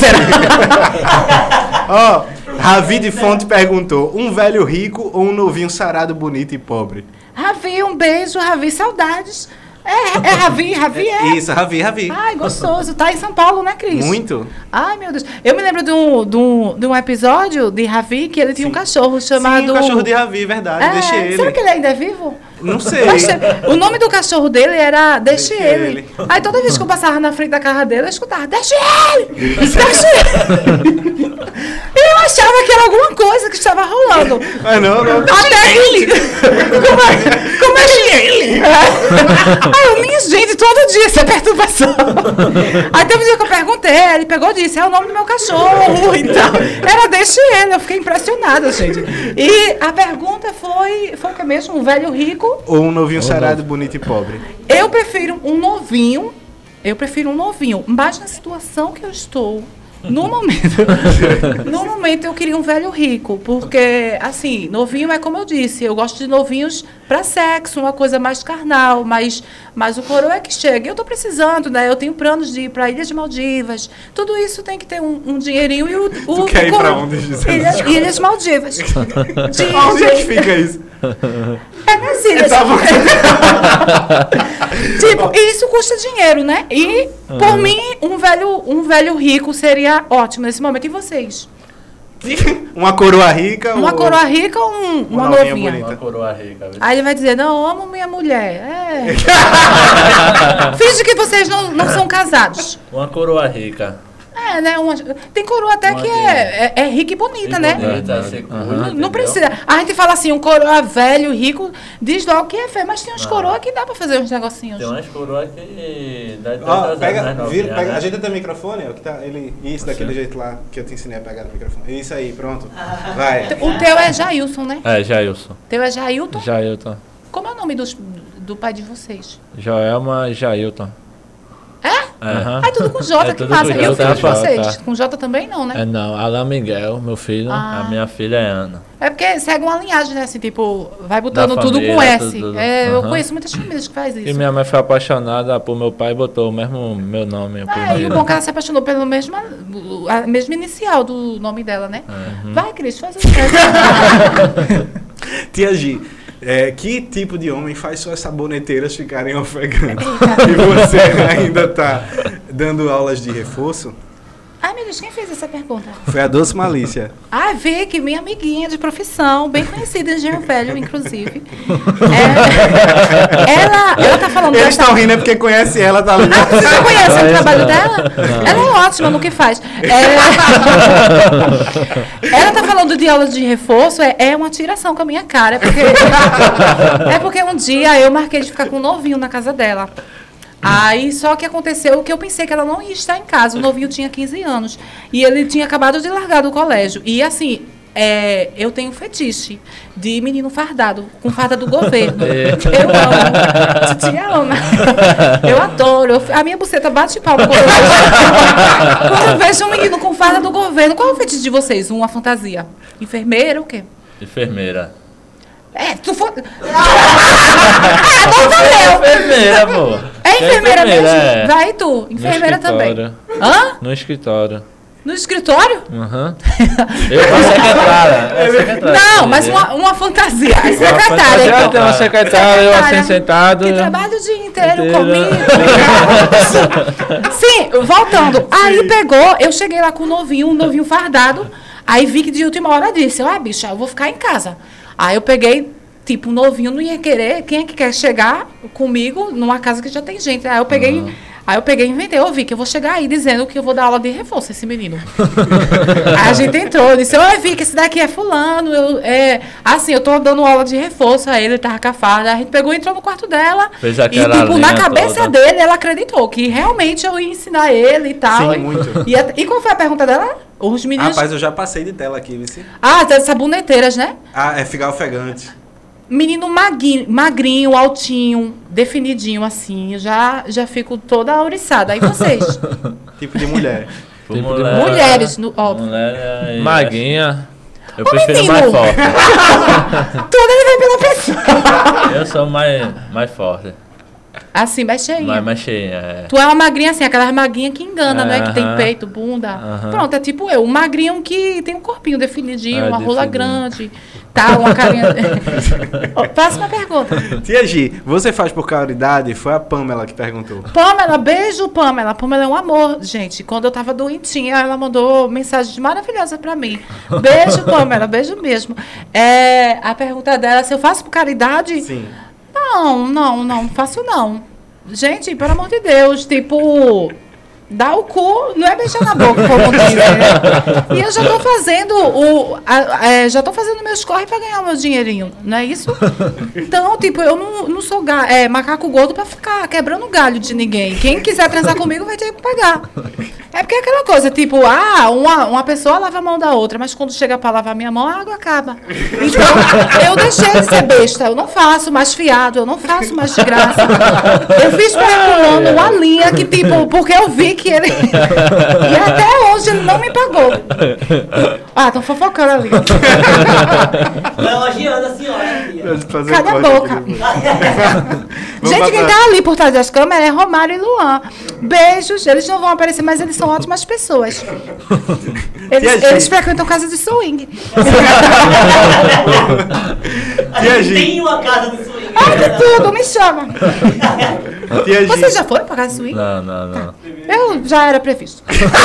Speaker 2: Ó, oh, Ravi de Fonte perguntou: um velho rico ou um novinho sarado, bonito e pobre?
Speaker 1: Ravi, um beijo, Ravi, saudades. É, é Ravi, Ravi é.
Speaker 2: Isso, Ravi, Ravi.
Speaker 1: Ai, gostoso. Tá em São Paulo, né, Cris?
Speaker 2: Muito.
Speaker 1: Ai, meu Deus. Eu me lembro de um, de um, de um episódio de Ravi que ele tinha Sim. um cachorro chamado...
Speaker 2: Sim, o cachorro de Ravi, verdade. É, Deixa ele.
Speaker 1: Será que ele ainda é vivo?
Speaker 2: Não sei.
Speaker 1: O nome do cachorro dele era Deixe, Deixe ele. ele. Aí toda vez que eu passava na frente da casa dele, eu escutava Deixe ele! Deixe ele! Eu achava que era alguma coisa que estava rolando.
Speaker 2: Mas não, não.
Speaker 1: Até ele! Como é, como é que ele? Aí eu, minha gente, todo dia essa perturbação. Aí teve um dia que eu perguntei, ele pegou e disse, é o nome do meu cachorro e tal. Era Deixe ele, eu fiquei impressionada, gente. E a pergunta foi, foi o que mesmo? Um velho rico?
Speaker 2: Ou um novinho sarado, bonito e pobre?
Speaker 1: Eu prefiro um novinho, eu prefiro um novinho, mas na situação que eu estou, no momento, no momento eu queria um velho rico, porque, assim, novinho é como eu disse, eu gosto de novinhos para sexo, uma coisa mais carnal, mas, mas o coroa é que chega. Eu estou precisando, né? Eu tenho planos de ir para Ilhas Maldivas. Tudo isso tem que ter um, um dinheirinho. E o, o,
Speaker 2: tu quer
Speaker 1: o
Speaker 2: ir para onde, Gisele?
Speaker 1: Ilhas, Ilhas Maldivas. De,
Speaker 2: onde é que fica isso?
Speaker 1: É nas ilhas. Tava... tipo, isso custa dinheiro, né? E, uhum. por mim, um velho, um velho rico seria ótimo nesse momento. E vocês?
Speaker 2: Uma coroa rica?
Speaker 1: Uma
Speaker 2: ou...
Speaker 1: coroa rica ou um, uma, uma novinha?
Speaker 3: Bonita. Uma coroa rica.
Speaker 1: Aí ele vai dizer, não, amo minha mulher. É. Finge que vocês não, não são casados.
Speaker 3: Uma coroa rica.
Speaker 1: É, né? Uma, tem coroa até uma que é, é, é rica e bonita, e né?
Speaker 3: Bonita, é. Uhum.
Speaker 1: Não, não precisa. A gente fala assim, um coroa velho, rico, diz logo que é feio, mas tem uns coroas que dá pra fazer uns negocinhos.
Speaker 3: Tem umas coroas que dá
Speaker 2: oh, pega, vira, pega, né? Ajeita teu microfone, ó, que tá, ele, isso daquele jeito lá que eu te ensinei a pegar no microfone. Isso aí, pronto. Vai.
Speaker 1: O teu é Jailson, né?
Speaker 4: É, Jailson.
Speaker 1: O teu é Jailton?
Speaker 4: Jailton.
Speaker 1: Como é o nome dos, do pai de vocês?
Speaker 4: Joelma Jailton.
Speaker 1: É?
Speaker 4: Uhum.
Speaker 1: É tudo com J,
Speaker 4: é
Speaker 1: que massa. E o filho de vocês?
Speaker 4: Tá.
Speaker 1: Com J também não, né?
Speaker 4: É não, Alain Miguel, meu filho.
Speaker 1: Ah.
Speaker 3: A minha filha é Ana.
Speaker 1: É porque segue uma linhagem, né? Assim, tipo, vai botando família, tudo com S. Tudo, tudo. É, uhum. Eu conheço muitas famílias que fazem isso.
Speaker 4: E minha mãe foi apaixonada por meu pai e botou o mesmo meu nome.
Speaker 1: É, e o bom que ela se apaixonou pelo mesmo, a mesma inicial do nome dela, né? Uhum. Vai, Cris, faz isso.
Speaker 2: Tia Gi, é, que tipo de homem faz suas saboneteiras ficarem ofegantes? E você ainda tá dando aulas de reforço?
Speaker 1: Ai, meu Deus, quem fez essa pergunta?
Speaker 2: Foi a Doce Malícia.
Speaker 1: Ah, Vicky, minha amiguinha de profissão, bem conhecida, engenheiro velho, inclusive. É, ela, ela tá falando...
Speaker 2: Eles estão dessa... rindo é porque conhece ela, tá ligado?
Speaker 1: Ah, você não conhece o trabalho dela? Não. Ela é ótima no que faz. É... Ela tá falando de aulas de reforço, é, é uma tiração com a minha cara. É porque, é porque um dia eu marquei de ficar com um novinho na casa dela. Aí, só que aconteceu que eu pensei que ela não ia estar em casa. O novinho tinha quinze anos. E ele tinha acabado de largar do colégio. E, assim, é, eu tenho um fetiche de menino fardado, com farda do governo. É. Eu amo. Titia ama. Eu adoro. Eu, a minha buceta bate palma quando eu, vejo, quando eu vejo um menino com farda do governo. Qual é o fetiche de vocês? Uma fantasia? Enfermeira ou o quê?
Speaker 3: Enfermeira.
Speaker 1: É, tu for... Ah, não valeu!
Speaker 3: É enfermeira, pô.
Speaker 1: É enfermeira, é enfermeira mesmo?
Speaker 3: É.
Speaker 1: Vai tu, enfermeira também.
Speaker 4: Hã? No escritório.
Speaker 1: No escritório?
Speaker 4: Uhum.
Speaker 3: Eu sou secretária. É secretária.
Speaker 1: Não, mas uma, uma fantasia. É secretária.
Speaker 4: Eu então. tenho uma secretária, eu assim sentado.
Speaker 1: Que trabalha o dia inteiro inteiro. comigo. Sim, voltando. Aí pegou, eu cheguei lá com o novinho, um novinho fardado. Aí vi que de última hora disse, ah, bicha, eu vou ficar em casa. Aí eu peguei, tipo, um novinho, não ia querer. Quem é que quer chegar comigo numa casa que já tem gente? Aí eu peguei, uhum. aí eu peguei e inventei. Eu vi que eu vou chegar aí dizendo que eu vou dar aula de reforço a esse menino. Aí a gente entrou, eu disse, eu vi que esse daqui é fulano. Eu, é, assim, eu tô dando aula de reforço a ele, ele tava com a farda. A gente pegou e entrou no quarto dela.
Speaker 3: Fez
Speaker 1: e, tipo, na cabeça toda. dele, ela acreditou que realmente eu ia ensinar ele e tal.
Speaker 2: Sim, muito.
Speaker 1: E, e qual foi a pergunta dela? Os meninos...
Speaker 2: Rapaz, eu já passei de tela aqui, viu?
Speaker 1: Ah, das saboneteiras, né?
Speaker 2: Ah, é ficar ofegante.
Speaker 1: Menino magrinho, magrinho, altinho, definidinho, assim. Eu já, já fico toda auriçada. Aí vocês?
Speaker 2: Tipo de mulher.
Speaker 3: Tipo
Speaker 1: mulher. Mulheres, no, óbvio.
Speaker 3: Mulher aí,
Speaker 4: Maguinha.
Speaker 3: Eu Ô, prefiro menino. mais forte.
Speaker 1: Tudo ele vai pela pessoa.
Speaker 3: Eu sou mais, mais forte.
Speaker 1: Assim, mais cheinha.
Speaker 3: Mais, mais cheinha, é.
Speaker 1: Tu é uma magrinha assim, aquelas magrinhas que engana,
Speaker 3: uh-huh.
Speaker 1: né? Que tem peito, bunda. Uh-huh. Pronto, é tipo eu. Um magrinho que tem um corpinho definidinho, é, uma definido. rola grande, tá? Uma carinha... Próxima pergunta.
Speaker 2: Tia Gi, você faz por caridade? Foi a Pamela que perguntou.
Speaker 1: Pamela, beijo, Pamela. Pamela é um amor, gente. Quando eu tava doentinha, ela mandou mensagens maravilhosas pra mim. Beijo, Pamela, beijo mesmo. É, a pergunta dela, se eu faço por caridade...
Speaker 2: Sim.
Speaker 1: Não, não, não faço não. Gente, pelo amor de Deus, tipo, dá o cu, não é beijar na boca, como dizem, né? E eu já tô fazendo o. A, a, já tô fazendo meus corre pra ganhar o meu dinheirinho, não é isso? Então, tipo, eu não, não sou ga, é, macaco gordo pra ficar quebrando galho de ninguém. Quem quiser transar comigo vai ter que pagar. É porque é aquela coisa, tipo, ah, uma, uma pessoa lava a mão da outra, mas quando chega pra lavar minha mão, a água acaba. Então, eu deixei de ser besta, eu não faço mais fiado, eu não faço mais de graça. Eu fiz pra fulano uma linha que, tipo, porque eu vi que ele... E até hoje ele não me pagou. Ah, estão fofocando ali.
Speaker 5: Elogiando a senhora.
Speaker 1: Cala a boca. Gente, quem tá ali por trás das câmeras é Romário e Luan. Beijos. Eles não vão aparecer, mas eles são ótimas pessoas. Eles, eles frequentam casa de swing.
Speaker 5: Tem uma casa de swing.
Speaker 1: Ah, de tudo, me chama. Vocês já foram pra casa de swing?
Speaker 3: Não, não, não.
Speaker 1: Eu já era previsto.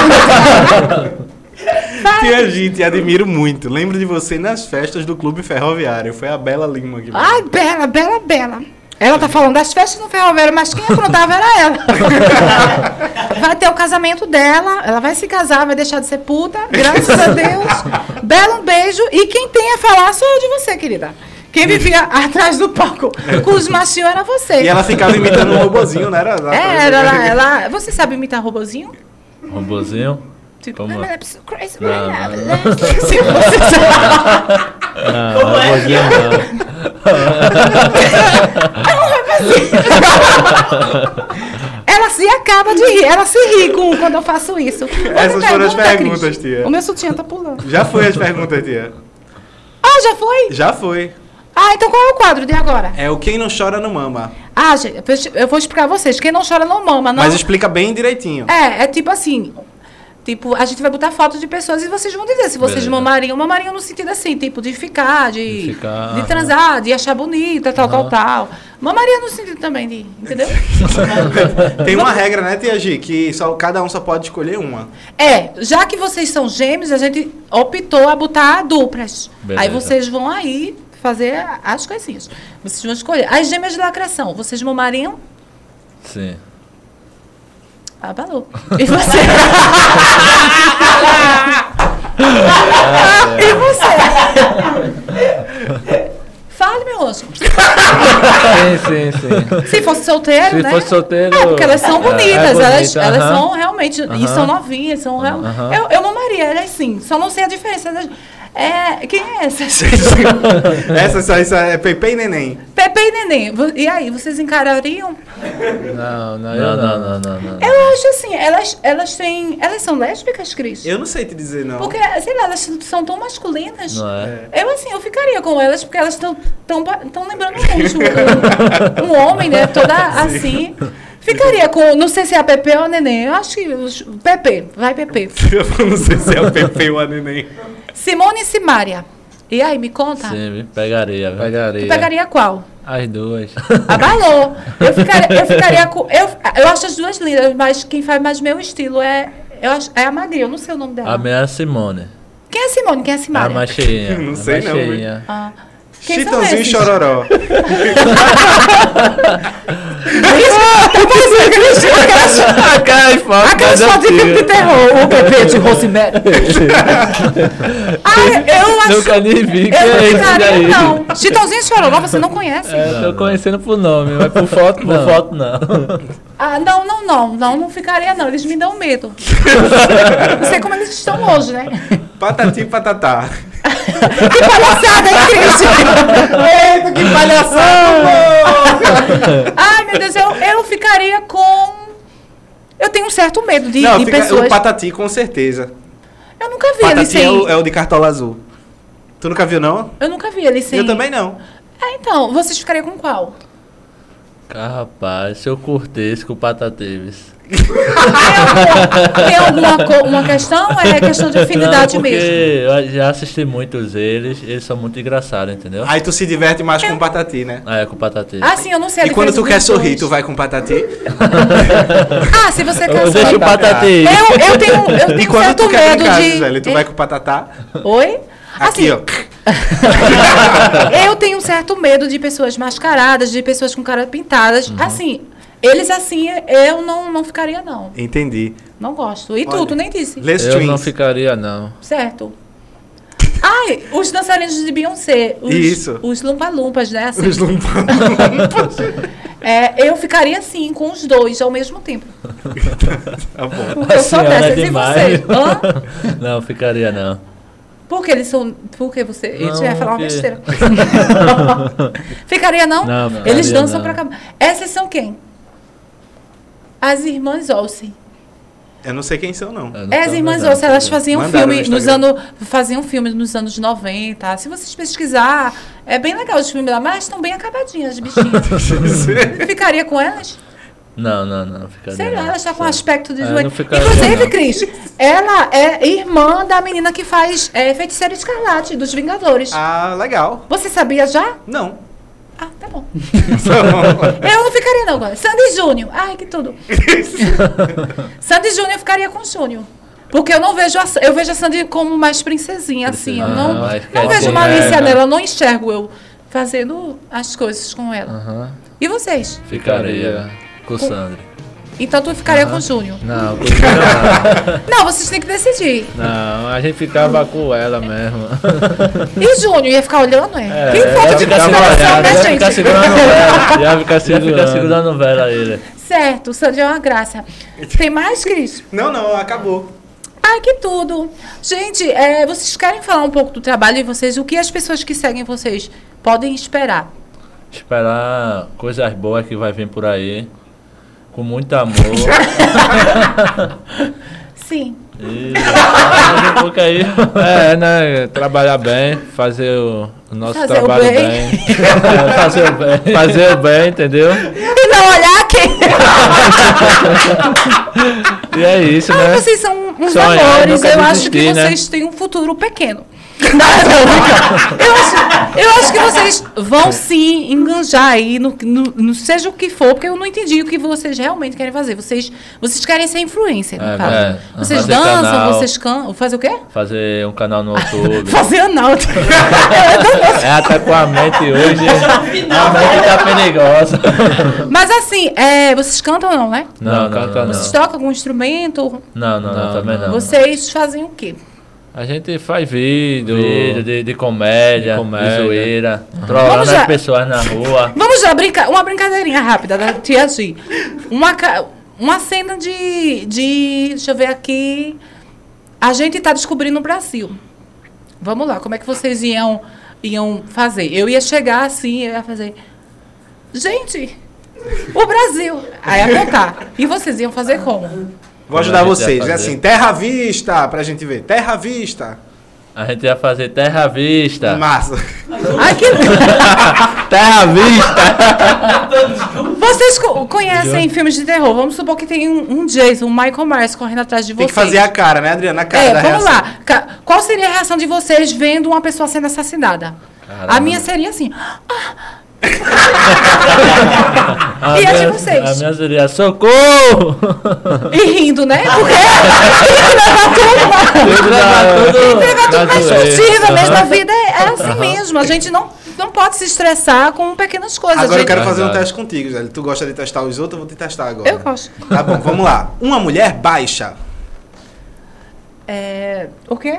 Speaker 2: Tia Gi, te admiro muito. Lembro de você nas festas do Clube Ferroviário. Foi a Bela Lima que veio.
Speaker 1: Ai, Bela, Bela, Bela. Ela tá falando das festas no Ferroviário, mas quem aprontava era ela. Vai ter o casamento dela, ela vai se casar, vai deixar de ser puta, graças a Deus. Bela, um beijo. E quem tem a falar sou eu de você, querida. Quem vivia atrás do palco com os machinhos era você.
Speaker 2: E ela ficava imitando um robozinho, não era?
Speaker 1: É, era ela, ela. Você sabe imitar robozinho?
Speaker 3: Robozinho?
Speaker 1: Tipo,
Speaker 3: Como?
Speaker 1: I'm so crazy
Speaker 3: Não,
Speaker 1: right
Speaker 3: não.
Speaker 1: now. Se você
Speaker 3: Não,
Speaker 5: Como é?
Speaker 3: robozinho não.
Speaker 1: Ela se acaba de rir, ela se ri com, quando eu faço isso.
Speaker 2: Essas
Speaker 1: Outra
Speaker 2: foram as
Speaker 1: pergunta,
Speaker 2: perguntas,
Speaker 1: Cris.
Speaker 2: tia.
Speaker 1: O meu sutiã tá pulando.
Speaker 2: Já foi as perguntas, tia.
Speaker 1: Ah, já foi?
Speaker 2: Já foi.
Speaker 1: Ah, então qual é o quadro de agora?
Speaker 2: É o Quem Não Chora Não Mama.
Speaker 1: Ah, gente, eu vou explicar a vocês. Quem não chora não mama, não.
Speaker 2: Mas explica bem direitinho.
Speaker 1: É, é tipo assim. Tipo, a gente vai botar fotos de pessoas e vocês vão dizer se vocês
Speaker 3: Beleza.
Speaker 1: mamariam. Mamariam no sentido assim, tipo, de ficar, de,
Speaker 3: De ficar,
Speaker 1: de transar, de achar bonita, tal,
Speaker 3: Aham.
Speaker 1: tal, tal. Mamaria no sentido também de, entendeu?
Speaker 2: Tem uma regra, né, tia Gi? Que só, cada um só pode escolher uma.
Speaker 1: É, já que vocês são gêmeos, a gente optou a botar duplas.
Speaker 3: Beleza.
Speaker 1: Aí vocês vão aí fazer as coisinhas. Vocês vão escolher. As gêmeas de lacração, vocês mamariam?
Speaker 3: Sim.
Speaker 1: Ah, valeu. E você? E você? Fale, meu rosto.
Speaker 4: Sim, sim, sim.
Speaker 1: Se fosse solteiro,
Speaker 4: Se
Speaker 1: né?
Speaker 4: fosse solteiro,
Speaker 1: É, porque elas são
Speaker 4: é,
Speaker 1: bonitas,
Speaker 4: é
Speaker 1: elas,
Speaker 4: bonita,
Speaker 1: elas
Speaker 4: aham.
Speaker 1: são realmente, e
Speaker 4: Aham.
Speaker 1: são novinhas, são real...
Speaker 4: Aham.
Speaker 1: Eu, eu mamaria, elas sim, só não sei a diferença. Das... É, quem é essa?
Speaker 2: Essa, essa, essa é Pepe e Neném.
Speaker 1: Pepe e Neném. Vo- E aí, vocês encarariam?
Speaker 4: Não, não,
Speaker 3: Não,
Speaker 4: eu
Speaker 3: não,
Speaker 4: não.
Speaker 3: não, não, não.
Speaker 1: Eu acho assim, elas, elas têm... Elas são lésbicas, Cris?
Speaker 2: Eu não sei te dizer, não.
Speaker 1: Porque, sei lá, elas são tão masculinas.
Speaker 3: Não é?
Speaker 1: Eu, assim, eu ficaria com elas, porque elas estão tão, tão lembrando muito um, um homem, né? Toda assim. Ficaria com, não sei se é a Pepe ou a Neném. Eu acho que os- Pepe, vai Pepe.
Speaker 2: Eu não sei se é o Pepe ou a Neném.
Speaker 1: Simone e Simária. E aí, me conta.
Speaker 3: Sim, viu? pegaria. Viu?
Speaker 1: Tu
Speaker 4: Pegaria.
Speaker 1: pegaria qual?
Speaker 4: As duas.
Speaker 1: Abalou. Eu ficaria, eu ficaria com. Eu, eu acho as duas lindas, mas quem faz mais meu estilo é, eu acho, é a Magria. Eu não sei o nome dela.
Speaker 3: A minha é a Simone.
Speaker 1: Quem é Simone? Quem é
Speaker 3: A
Speaker 1: Simária?
Speaker 3: mais cheinha.
Speaker 2: Não
Speaker 3: a
Speaker 2: sei
Speaker 3: mais
Speaker 2: não,
Speaker 3: cheinha.
Speaker 1: Ah, quem são
Speaker 2: Chitãozinho e
Speaker 1: esses?
Speaker 2: Chororó.
Speaker 4: Aquelas fotos.
Speaker 1: Aquelas fotos de filme de terror, o bebê de Rosemary. Ai, eu acho.
Speaker 4: Nunca nem vi que
Speaker 1: Eu
Speaker 4: é
Speaker 1: não
Speaker 4: esse
Speaker 1: ficaria,
Speaker 4: daí.
Speaker 1: não. Chitãozinho e Chororó, você não conhece?
Speaker 4: É, eu tô conhecendo por nome, mas por foto
Speaker 3: Por
Speaker 4: não.
Speaker 3: foto, não.
Speaker 1: Ah, não, não, não. Não, não ficaria, não. Eles me dão medo. Não sei como eles estão hoje, né?
Speaker 2: Patati e patatá.
Speaker 1: Que palhaçada, hein, Cris?
Speaker 2: Eita, que palhaçada!
Speaker 1: Ai, meu Deus, eu, eu ficaria com... Eu tenho um certo medo de,
Speaker 2: Não,
Speaker 1: de
Speaker 2: fica,
Speaker 1: pessoas...
Speaker 2: o Patati, com certeza.
Speaker 1: Eu nunca vi ele
Speaker 2: Patati
Speaker 1: sem...
Speaker 2: é o, é o de cartola azul. Tu nunca viu, não?
Speaker 1: Eu nunca vi ele sem...
Speaker 2: Eu também não.
Speaker 1: Ah, então, vocês ficariam com qual?
Speaker 3: Rapaz, se eu curtesse com o Patateves.
Speaker 1: Tem alguma co- uma questão? É questão de afinidade
Speaker 3: Não, porque
Speaker 1: mesmo?
Speaker 3: eu já assisti muitos eles, eles são muito engraçados, entendeu?
Speaker 2: Aí tu se diverte mais com o Patati, né?
Speaker 3: É, com o Patateves.
Speaker 1: Ah, sim, eu não sei a
Speaker 2: E quando tu
Speaker 1: diferença
Speaker 2: quer
Speaker 1: dos
Speaker 2: sorrir,
Speaker 1: dois.
Speaker 2: tu vai com o Patati?
Speaker 1: Ah, se você quer
Speaker 3: Eu deixo
Speaker 1: sorrir...
Speaker 3: o Patateves.
Speaker 1: Eu, eu tenho, eu tenho
Speaker 2: E
Speaker 1: um
Speaker 2: quando
Speaker 1: certo
Speaker 2: tu quer
Speaker 1: medo
Speaker 2: brincar,
Speaker 1: de...
Speaker 2: Gisele, tu vai com o Patatá?
Speaker 1: Oi?
Speaker 2: Aqui,
Speaker 1: Assim,
Speaker 2: ó.
Speaker 1: eu tenho um certo medo de pessoas mascaradas, de pessoas com cara pintadas.
Speaker 2: Uhum.
Speaker 1: Assim, eles assim, eu não, não ficaria, não.
Speaker 2: Entendi.
Speaker 1: Não gosto. E tu,
Speaker 2: Olha,
Speaker 1: tu nem disse.
Speaker 2: Les
Speaker 4: Eu não
Speaker 2: Twins.
Speaker 4: ficaria, não.
Speaker 1: Certo. Ai, os dançarinos de Beyoncé. Os,
Speaker 2: Isso.
Speaker 1: Os lumpa-lumpas, né? Assim.
Speaker 2: Os lumpa-
Speaker 1: É, eu ficaria assim, com os dois ao mesmo tempo.
Speaker 2: Tá bom.
Speaker 1: Porque eu sou
Speaker 3: senhora é
Speaker 1: dessas. E
Speaker 3: demais.
Speaker 1: você? Hã?
Speaker 3: Não, ficaria não.
Speaker 1: Por que eles são. Por que você. Eles
Speaker 3: Não,
Speaker 1: ia falar uma
Speaker 3: porque-
Speaker 1: besteira. Ficaria, não?
Speaker 3: Não, ficaria
Speaker 1: Eles dançam
Speaker 3: não.
Speaker 1: pra cá. Essas são quem? As irmãs Olsen.
Speaker 2: Eu não sei quem são, não.
Speaker 1: não é, as irmãs Olsen, elas faziam
Speaker 2: Mandaram
Speaker 1: filme no nos anos, faziam filme nos anos noventa. Se vocês pesquisar, é bem legal os filmes lá, mas estão bem acabadinhas, as bichinhas. Ficaria com elas?
Speaker 3: Não, não, não. Ficaria
Speaker 1: Sei lá,
Speaker 3: não.
Speaker 1: ela está com um aspecto de
Speaker 3: é,
Speaker 1: doente. Inclusive, Cris, ela é irmã da menina que faz é, Feiticeira Escarlate, dos Vingadores.
Speaker 2: Ah, legal.
Speaker 1: Você sabia já?
Speaker 2: Não.
Speaker 1: Ah, tá bom. Eu não ficaria não agora. Sandy Júnior. Ai, que tudo. Sandy Júnior ficaria com o Júnior. Porque eu não vejo a, eu vejo a Sandy como mais princesinha, assim. Eu não,
Speaker 3: ah,
Speaker 1: não vejo malícia é, nela, eu não enxergo eu fazendo as coisas com ela.
Speaker 3: Uh-huh.
Speaker 1: E vocês?
Speaker 3: Ficaria com o Sandro.
Speaker 1: Então tu ficaria
Speaker 3: uh-huh.
Speaker 1: com o Júnior?
Speaker 4: Não, com o Júnior
Speaker 1: não. Não, vocês têm que decidir.
Speaker 4: Não, a gente ficava com ela mesmo.
Speaker 1: E o Júnior ia ficar olhando, é?
Speaker 4: é
Speaker 1: Quem falta de consideração, né,
Speaker 3: ia
Speaker 1: gente?
Speaker 3: Ficar segurando vela.
Speaker 4: Ia ficar segurando.
Speaker 3: Ia ficar segurando vela ele.
Speaker 1: Certo, o Sandro é uma graça. Tem mais, Cris?
Speaker 2: Não, não, acabou.
Speaker 1: Ai, que tudo. Gente, é, vocês querem falar um pouco do trabalho de vocês? O que as pessoas que seguem vocês podem esperar?
Speaker 3: Esperar coisas boas que vai vir por aí. Com muito amor.
Speaker 1: Sim.
Speaker 3: E, um pouco aí.
Speaker 4: É, né? Trabalhar bem, fazer o, o nosso
Speaker 1: fazer
Speaker 4: trabalho
Speaker 1: o bem.
Speaker 4: bem. É, fazer o bem. Fazer o bem, entendeu?
Speaker 1: E não olhar quem.
Speaker 4: E é isso,
Speaker 1: ah,
Speaker 4: né?
Speaker 1: Vocês são uns
Speaker 4: Sonhar,
Speaker 1: amores. Eu
Speaker 4: desistir,
Speaker 1: acho que
Speaker 4: né?
Speaker 1: vocês têm um futuro pequeno. Não, não, eu, acho, eu acho que vocês vão sim enganjar aí, no, no, no, seja o que for, porque eu não entendi o que vocês realmente querem fazer. Vocês, vocês querem ser influencer, no
Speaker 3: é,
Speaker 1: caso.
Speaker 3: É.
Speaker 1: Vocês
Speaker 3: fazer
Speaker 1: dançam,
Speaker 3: canal,
Speaker 1: vocês cantam. Fazer o quê?
Speaker 3: Fazer um canal no YouTube.
Speaker 1: Fazer anal.
Speaker 4: É, até com a mente hoje.
Speaker 3: A mente tá perigosa.
Speaker 1: Mas assim, é, vocês cantam ou não, né?
Speaker 3: Não, não, não, não, não.
Speaker 1: Vocês tocam algum instrumento?
Speaker 3: Não, não, não, não também não.
Speaker 1: Vocês fazem o quê?
Speaker 4: A gente faz vídeo,
Speaker 3: vídeo de, de comédia, de, comédia. de zoeira, uhum. Trollando as pessoas na rua.
Speaker 1: Vamos lá, brinca uma brincadeirinha rápida da Tia G. Uma, uma cena de, de... Deixa eu ver aqui. A gente está descobrindo o Brasil. Vamos lá, como é que vocês iam, iam fazer? Eu ia chegar assim, eu ia fazer... Gente, o Brasil. Aí ia contar. E vocês iam fazer como?
Speaker 2: Vou ajudar vocês. É assim, terra à vista, pra gente ver. Terra à vista.
Speaker 3: A gente ia fazer terra à vista.
Speaker 2: Massa.
Speaker 1: Ai, que...
Speaker 4: terra à vista.
Speaker 1: Vocês conhecem filmes de terror? Vamos supor que tem um, um Jason, um Michael Myers correndo atrás de vocês.
Speaker 2: Tem que fazer a cara, né, Adriana? A cara
Speaker 1: é,
Speaker 2: da
Speaker 1: vamos
Speaker 2: reação.
Speaker 1: lá. Qual seria a reação de vocês vendo uma pessoa sendo assassinada? Caramba. A minha seria assim... Ah.
Speaker 3: A
Speaker 1: e
Speaker 3: minha,
Speaker 1: a de vocês?
Speaker 3: A minha seria socorro!
Speaker 1: E rindo, né? Porque tem que levar tudo lá. Tem que levar tudo mais curtido. A mesma vida é, é assim mesmo. A gente não, não pode se estressar com pequenas coisas.
Speaker 2: Agora
Speaker 1: gente...
Speaker 2: eu quero fazer um teste contigo, Zé. Tu gosta de testar os outros? Eu vou te testar agora.
Speaker 1: Eu gosto.
Speaker 2: Tá bom, vamos lá. Uma mulher baixa.
Speaker 1: É... O quê?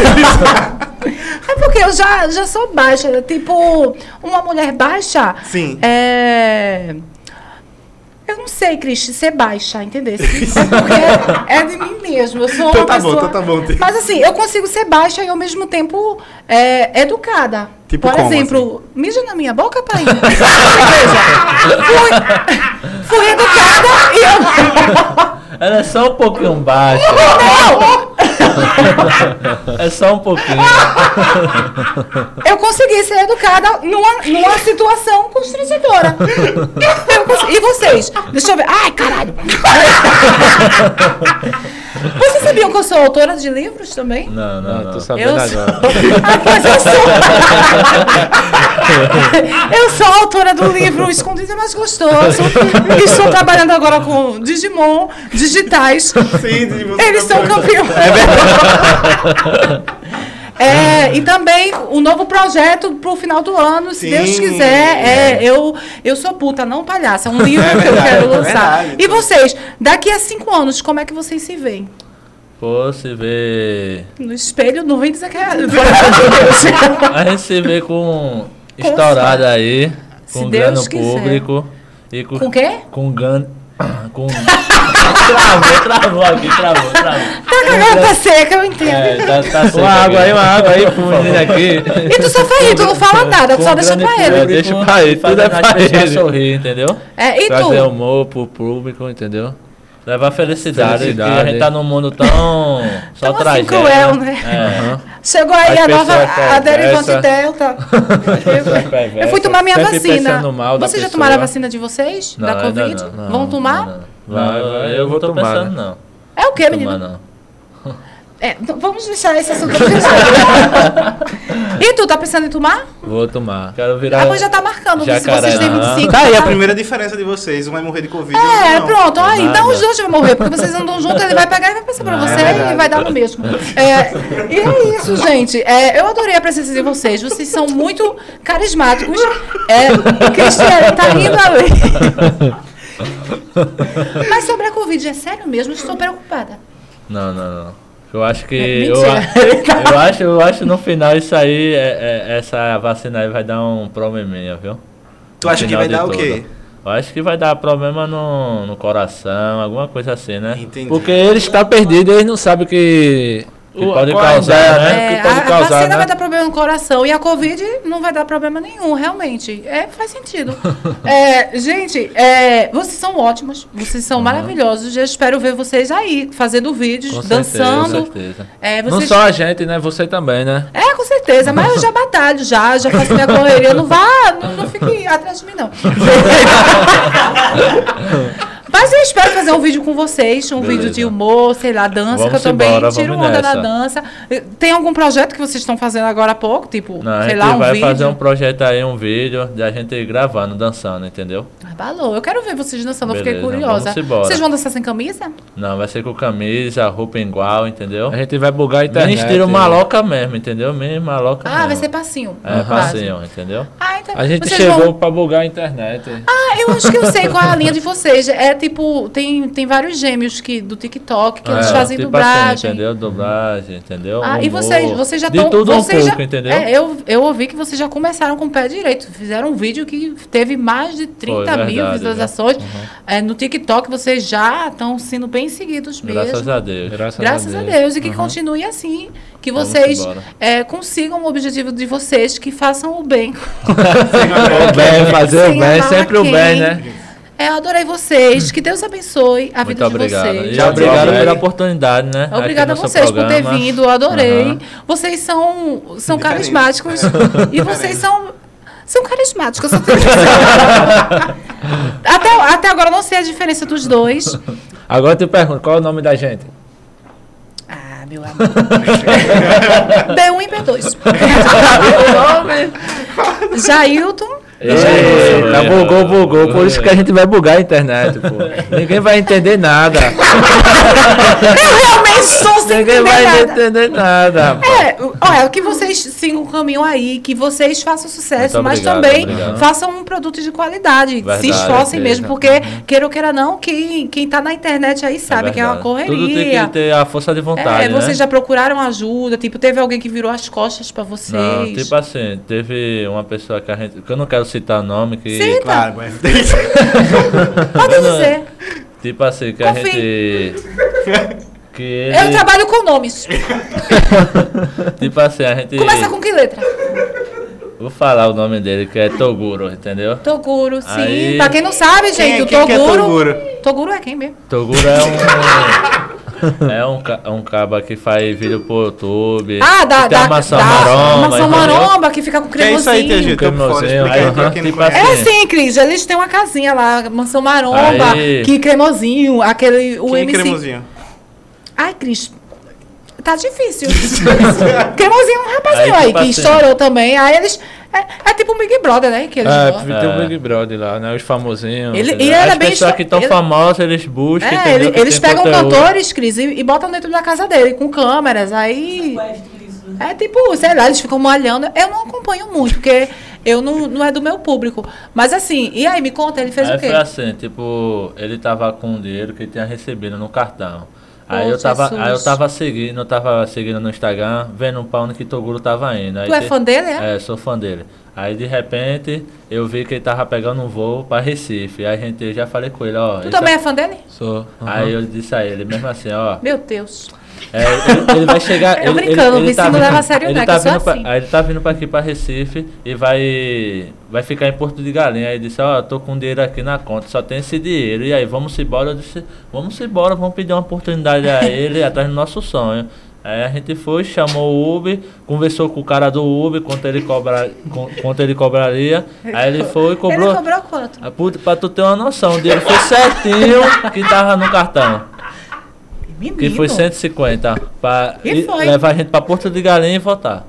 Speaker 1: É porque eu já, já sou baixa. Tipo, uma mulher baixa...
Speaker 2: Sim.
Speaker 1: É... Eu não sei, Cris, ser baixa, entendeu? É porque é de mim mesmo. Eu sou
Speaker 2: então
Speaker 1: uma
Speaker 2: tá
Speaker 1: pessoa...
Speaker 2: bom, então tá bom.
Speaker 1: Mas assim, eu consigo ser baixa e ao mesmo tempo é, educada.
Speaker 2: Tipo
Speaker 1: Por
Speaker 2: como,
Speaker 1: exemplo, assim? Mija na minha boca, pai. fui, fui educada e eu...
Speaker 3: Ela é só um pouquinho baixa.
Speaker 1: Não!
Speaker 3: É só um pouquinho.
Speaker 1: Eu consegui ser educada numa, numa situação constrangedora. Eu consegui. E vocês? Deixa eu ver. Ai, caralho! Vocês sabiam que eu sou autora de livros também?
Speaker 3: Não, não, não.
Speaker 4: Tô sabendo
Speaker 1: eu
Speaker 4: agora.
Speaker 1: Sou... Ah, pois eu sou. Eu sou autora do livro Escondido é Mais Gostoso. Estou trabalhando agora com Digimon digitais.
Speaker 2: Sim, Digimon.
Speaker 1: Eles são campeões.
Speaker 2: É verdade.
Speaker 1: É, e também o novo projeto pro final do ano, se
Speaker 2: Sim,
Speaker 1: Deus quiser, é, é. Eu, eu sou puta, não palhaça. É um livro
Speaker 2: É
Speaker 1: que
Speaker 2: verdade,
Speaker 1: eu quero
Speaker 2: é
Speaker 1: lançar.
Speaker 2: verdade,
Speaker 1: E vocês, daqui a cinco anos, como é que vocês se veem?
Speaker 3: Pô, se vê...
Speaker 1: No espelho, não vem dizer que é...
Speaker 3: A gente se vê com... Estourada aí,
Speaker 1: Se
Speaker 3: com
Speaker 1: Deus
Speaker 3: grande
Speaker 1: quiser.
Speaker 3: público. E com,
Speaker 1: Com o quê?
Speaker 3: Com gan... Com... travou, travou aqui, travou, travou.
Speaker 1: Tá cagando, tá seca, eu entendo.
Speaker 3: É, tá, tá seco
Speaker 4: Uma água
Speaker 3: aqui.
Speaker 4: aí, uma água aí, fundo aqui.
Speaker 1: E tu só faz rir, tu não fala nada, tu só
Speaker 3: Com
Speaker 1: deixa
Speaker 3: grande
Speaker 1: pra ele.
Speaker 3: público,
Speaker 4: Deixa pra ele, tudo é
Speaker 3: fazendo as
Speaker 4: pra
Speaker 3: pessoas
Speaker 4: ele.
Speaker 3: sorrir, entendeu?
Speaker 1: É, e
Speaker 4: Trazer
Speaker 1: tu?
Speaker 4: humor pro público, entendeu?
Speaker 3: Levar felicidade,
Speaker 4: Felicidade.
Speaker 3: que a gente tá num mundo tão... só
Speaker 1: Tão assim
Speaker 3: tragédia.
Speaker 1: cruel, né?
Speaker 3: É.
Speaker 4: Uhum.
Speaker 1: Chegou aí
Speaker 4: As
Speaker 1: a nova
Speaker 4: pessoas
Speaker 1: a derivante
Speaker 4: perversas.
Speaker 1: Delta. Eu, eu fui tomar minha
Speaker 4: Sempre
Speaker 1: vacina.
Speaker 4: pensando mal da
Speaker 1: Vocês já
Speaker 4: pessoa.
Speaker 1: tomaram a vacina de vocês?
Speaker 3: Não,
Speaker 1: da
Speaker 3: ainda
Speaker 1: Covid?
Speaker 3: não, não,
Speaker 1: Vão tomar?
Speaker 3: Não, não.
Speaker 4: Vai,
Speaker 3: Não,
Speaker 4: vai,
Speaker 3: eu,
Speaker 4: eu
Speaker 3: não
Speaker 4: vou
Speaker 3: tô
Speaker 4: tomar,
Speaker 3: pensando,
Speaker 4: né?
Speaker 3: não.
Speaker 1: É o quê,
Speaker 3: Não
Speaker 1: menino?
Speaker 3: tomar, não.
Speaker 1: É, então vamos deixar esse assunto. E tu, tá pensando em tomar?
Speaker 4: Vou tomar. Quero virar.
Speaker 1: Ah, pois já tá marcando, se
Speaker 4: jacaré,
Speaker 1: vocês têm
Speaker 4: né?
Speaker 1: vinte e cinco.
Speaker 2: Tá aí a
Speaker 1: tá?
Speaker 2: primeira diferença de vocês. Um vai morrer de Covid e o
Speaker 1: É,
Speaker 2: outro não.
Speaker 1: pronto. Aí, então
Speaker 3: Nada.
Speaker 1: os dois vão morrer, porque vocês andam juntos, ele vai pegar e vai passar pra
Speaker 3: Não,
Speaker 1: você
Speaker 2: é verdade.
Speaker 1: e vai dar no mesmo. É, e é isso, gente. É, eu adorei a presença de vocês. Vocês são muito carismáticos. É, Cristiane, tá rindo ali. Mas sobre a Covid, é sério mesmo? Estou preocupada.
Speaker 3: Não, não, não. Eu acho que.
Speaker 1: É,
Speaker 3: eu,
Speaker 1: mentira.
Speaker 3: a- eu acho, eu acho no final isso aí, é, é- essa vacina aí vai dar um probleminha, viu?
Speaker 2: Tu
Speaker 3: No
Speaker 2: acha que
Speaker 3: final
Speaker 2: vai
Speaker 3: de
Speaker 2: dar o
Speaker 3: tudo.
Speaker 2: quê?
Speaker 3: Eu acho que vai dar problema no, no coração, alguma coisa assim, né?
Speaker 2: Entendi.
Speaker 4: Porque eles estão perdidos, eles não sabem que.
Speaker 3: Que pode
Speaker 4: qual a
Speaker 3: causar,
Speaker 4: ideia,
Speaker 3: né?
Speaker 1: É,
Speaker 4: Que pode
Speaker 1: a, a
Speaker 4: causar,
Speaker 1: vacina
Speaker 4: né?
Speaker 1: vai dar problema no coração e a Covid não vai dar problema nenhum, realmente. É, faz sentido. É, gente, é, vocês são ótimos, vocês são maravilhosos. Eu espero ver vocês aí, fazendo vídeos,
Speaker 3: Com certeza,
Speaker 1: dançando.
Speaker 3: com certeza.
Speaker 1: É,
Speaker 4: Não
Speaker 1: vocês...
Speaker 4: só a gente, né? Você também, né?
Speaker 1: É, com certeza, mas eu já batalho, já, já faço minha correria. Não vá, não, não fique atrás de mim, não. Mas eu espero fazer um vídeo com vocês, um
Speaker 3: Beleza.
Speaker 1: vídeo de humor, sei lá, dança,
Speaker 3: Vamos
Speaker 1: que eu também
Speaker 3: embora,
Speaker 1: tiro
Speaker 3: vamos
Speaker 1: onda na
Speaker 3: nessa.
Speaker 1: dança. Tem algum projeto que vocês estão fazendo agora há pouco? Tipo,
Speaker 3: Não, a
Speaker 1: sei
Speaker 3: gente
Speaker 1: lá, um
Speaker 3: vai
Speaker 1: vídeo?
Speaker 3: fazer um projeto aí, um vídeo, de a gente gravando, dançando, entendeu?
Speaker 1: Ah, balou, eu quero ver vocês dançando, eu fiquei
Speaker 3: Beleza,
Speaker 1: curiosa.
Speaker 3: vamos embora.
Speaker 1: Vocês vão dançar sem camisa?
Speaker 3: Não, vai ser com camisa, roupa igual, entendeu?
Speaker 4: A gente vai bugar a internet.
Speaker 3: Bem estilo maloca mesmo, entendeu? Mesmo maloca
Speaker 1: Ah,
Speaker 3: mesmo.
Speaker 1: vai ser passinho.
Speaker 3: É,
Speaker 1: no caso.
Speaker 3: passinho, entendeu?
Speaker 1: Ah, então,
Speaker 4: A gente
Speaker 1: vocês
Speaker 4: chegou
Speaker 1: vão-
Speaker 4: pra bugar a internet.
Speaker 1: Ah, eu acho que eu sei qual é a linha de vocês. É tipo, tem, tem vários gêmeos que, do TikTok que eles
Speaker 3: É,
Speaker 1: fazem
Speaker 3: tipo
Speaker 1: dublagem.
Speaker 3: assim, entendeu? Dublagem, entendeu?
Speaker 1: Ah, e
Speaker 3: Humor.
Speaker 1: vocês, vocês já
Speaker 3: De
Speaker 1: estão.
Speaker 3: tudo um
Speaker 1: vocês
Speaker 3: pouco,
Speaker 1: já,
Speaker 3: entendeu?
Speaker 1: É, eu, eu ouvi que vocês já começaram com o pé direito. Fizeram um vídeo que teve mais de trinta
Speaker 3: Foi,
Speaker 1: mil
Speaker 3: verdade,
Speaker 1: visualizações.
Speaker 3: né? Uhum.
Speaker 1: É, no TikTok vocês já estão sendo bem seguidos mesmo.
Speaker 3: Graças a Deus.
Speaker 4: Graças,
Speaker 1: Graças a Deus. E que continue assim. Que
Speaker 3: Vamos
Speaker 1: vocês
Speaker 3: embora.
Speaker 1: é, consigam o objetivo de vocês, que façam o bem.
Speaker 4: O bem, fazer
Speaker 1: Sem
Speaker 4: o bem,
Speaker 1: amar
Speaker 4: sempre o
Speaker 1: quem.
Speaker 4: bem, né?
Speaker 1: É, eu adorei vocês. Que Deus abençoe a
Speaker 3: Muito
Speaker 1: vida
Speaker 3: obrigado.
Speaker 1: de vocês.
Speaker 3: E obrigado
Speaker 4: Obrigado.
Speaker 3: pela oportunidade, né?
Speaker 1: Obrigada a
Speaker 3: Aqui no seu
Speaker 1: vocês por ter
Speaker 3: programa.
Speaker 1: vindo, eu adorei.
Speaker 3: Aham.
Speaker 1: Vocês são, são
Speaker 2: Diferente.
Speaker 1: carismáticos e vocês são, são carismáticos. Eu só tenho que dizer. até, até agora eu não sei a diferença dos dois.
Speaker 4: Agora eu te pergunto, qual é o nome da gente?
Speaker 1: Ah, meu amor. B um e B dois. Jailton.
Speaker 4: Eita, bugou, bugou. Por isso que a gente vai bugar a internet, pô. Ninguém vai entender nada.
Speaker 1: Eu realmente estou sem
Speaker 4: Ninguém
Speaker 1: entender
Speaker 4: vai
Speaker 1: nada.
Speaker 4: entender nada, pô.
Speaker 1: É, olha, que vocês sigam o caminho aí, que vocês façam sucesso,
Speaker 3: Muito
Speaker 1: mas
Speaker 3: obrigado,
Speaker 1: também
Speaker 3: obrigado.
Speaker 1: façam um produto de qualidade.
Speaker 3: Verdade,
Speaker 1: se esforcem
Speaker 3: é
Speaker 1: mesmo,
Speaker 3: mesmo.
Speaker 1: porque, queira ou queira não, quem, quem tá na internet aí sabe que é uma
Speaker 3: verdade. Tudo tem
Speaker 1: correria.
Speaker 3: que ter a força de vontade,
Speaker 1: É,
Speaker 3: né?
Speaker 1: vocês já procuraram ajuda, tipo, teve alguém que virou as costas pra vocês.
Speaker 3: Não, tipo assim, teve uma pessoa que a gente... Que eu não quero citar nome, que...
Speaker 1: Cita.
Speaker 2: Claro, mas...
Speaker 1: Pode
Speaker 3: eu não-
Speaker 1: dizer.
Speaker 3: Tipo assim, que a gente... Que ele...
Speaker 1: Eu trabalho com nomes.
Speaker 3: Tipo assim, a gente...
Speaker 1: Começa com que letra?
Speaker 3: Vou falar o nome dele, que é Toguro, entendeu?
Speaker 1: Toguro, sim.
Speaker 3: Aí-
Speaker 1: Pra quem não sabe, gente,
Speaker 2: Quem-
Speaker 1: o
Speaker 2: quem que é
Speaker 1: Toguro...
Speaker 2: Toguro?
Speaker 1: Toguro é quem mesmo?
Speaker 3: Toguro é um... É um, ca- um caba que faz vídeo pro YouTube.
Speaker 1: Ah, da,
Speaker 3: que tem
Speaker 1: da,
Speaker 3: a maçã
Speaker 1: da
Speaker 3: maromba,
Speaker 1: maçã
Speaker 3: entendeu?
Speaker 1: maromba, que fica com
Speaker 2: Que é isso aí, T
Speaker 1: cremosinho.
Speaker 2: G? Tô por fora,
Speaker 4: Cremosinho,
Speaker 2: explica aí pra
Speaker 3: aham,
Speaker 2: quem não
Speaker 3: tipo
Speaker 2: conhece.
Speaker 1: É
Speaker 3: assim.
Speaker 1: sim, Cris, eles têm uma casinha lá, mansão maromba,
Speaker 3: Aí.
Speaker 1: que cremosinho, aquele, o
Speaker 2: Quem é
Speaker 1: M C...
Speaker 2: cremosinho?
Speaker 1: Ai, Cris, tá difícil. Cremosinho é um rapazinho
Speaker 3: Aí,
Speaker 1: aí,
Speaker 3: tipo
Speaker 1: que
Speaker 3: assim.
Speaker 1: estourou também, aí eles... É, é tipo um Big Brother, né, que eles
Speaker 4: É,
Speaker 1: gostam.
Speaker 4: tem o
Speaker 3: É.
Speaker 4: Big Brother lá, né? Os famosinhos.
Speaker 1: Ele-
Speaker 4: entendeu?
Speaker 1: ele era
Speaker 3: As
Speaker 1: bem
Speaker 3: pessoas
Speaker 1: esto-
Speaker 3: que estão
Speaker 1: ele-
Speaker 3: famosas, eles buscam,
Speaker 1: É,
Speaker 3: entendeu?
Speaker 1: ele-
Speaker 3: Que
Speaker 1: eles
Speaker 3: tem
Speaker 1: pegam
Speaker 3: conteúdo.
Speaker 1: cantores, Cris, e, e botam dentro da casa dele, com câmeras, aí... É tipo, sei lá, eles ficam malhando. Eu não acompanho muito, porque eu não, não é do meu público. Mas assim, e aí, me conta, ele fez
Speaker 3: Aí
Speaker 1: o quê?
Speaker 3: foi assim, tipo, ele tava com o dinheiro que ele tinha recebido no cartão. Aí
Speaker 1: Oh,
Speaker 3: eu tava,
Speaker 1: Jesus.
Speaker 3: aí eu tava seguindo, eu tava seguindo no Instagram, vendo pra onde que Toguro tava indo. Aí
Speaker 1: Tu é
Speaker 3: te-
Speaker 1: fã dele, é?
Speaker 3: É, sou fã dele. Aí de repente eu vi que ele tava pegando um voo pra Recife. Aí a gente, eu já falei com ele, ó.
Speaker 1: Tu
Speaker 3: ele
Speaker 1: também
Speaker 3: tá-
Speaker 1: é fã dele?
Speaker 4: Sou.
Speaker 3: Aí eu disse a ele, mesmo assim, ó.
Speaker 1: Meu Deus.
Speaker 3: É, ele, ele vai chegar...
Speaker 1: Eu
Speaker 3: ele,
Speaker 1: brincando,
Speaker 3: ele, ele
Speaker 1: o
Speaker 3: tá
Speaker 1: Vici não
Speaker 3: vindo,
Speaker 1: leva a sério,
Speaker 3: ele
Speaker 1: não, é
Speaker 3: tá
Speaker 1: que eu sou
Speaker 3: vindo pra,
Speaker 1: assim.
Speaker 3: Aí ele tá vindo pra aqui, pra Recife, e vai, vai ficar em Porto de Galinha. Aí ele disse, ó, oh, tô com dinheiro aqui na conta, só tem esse dinheiro. E aí, vamos embora? Eu disse, vamos embora, vamos pedir uma oportunidade a ele, atrás do nosso sonho. Aí a gente foi, chamou o Uber, conversou com o cara do Uber, quanto ele, cobra, quanto ele cobraria. Aí ele foi e cobrou...
Speaker 1: Ele cobrou quanto?
Speaker 3: Pra, pra tu ter uma noção, o dinheiro foi certinho que tava no cartão.
Speaker 1: Menino.
Speaker 3: Que foi cento e cinquenta pra
Speaker 1: E foi?
Speaker 3: levar a gente pra Porto de Galinha e voltar.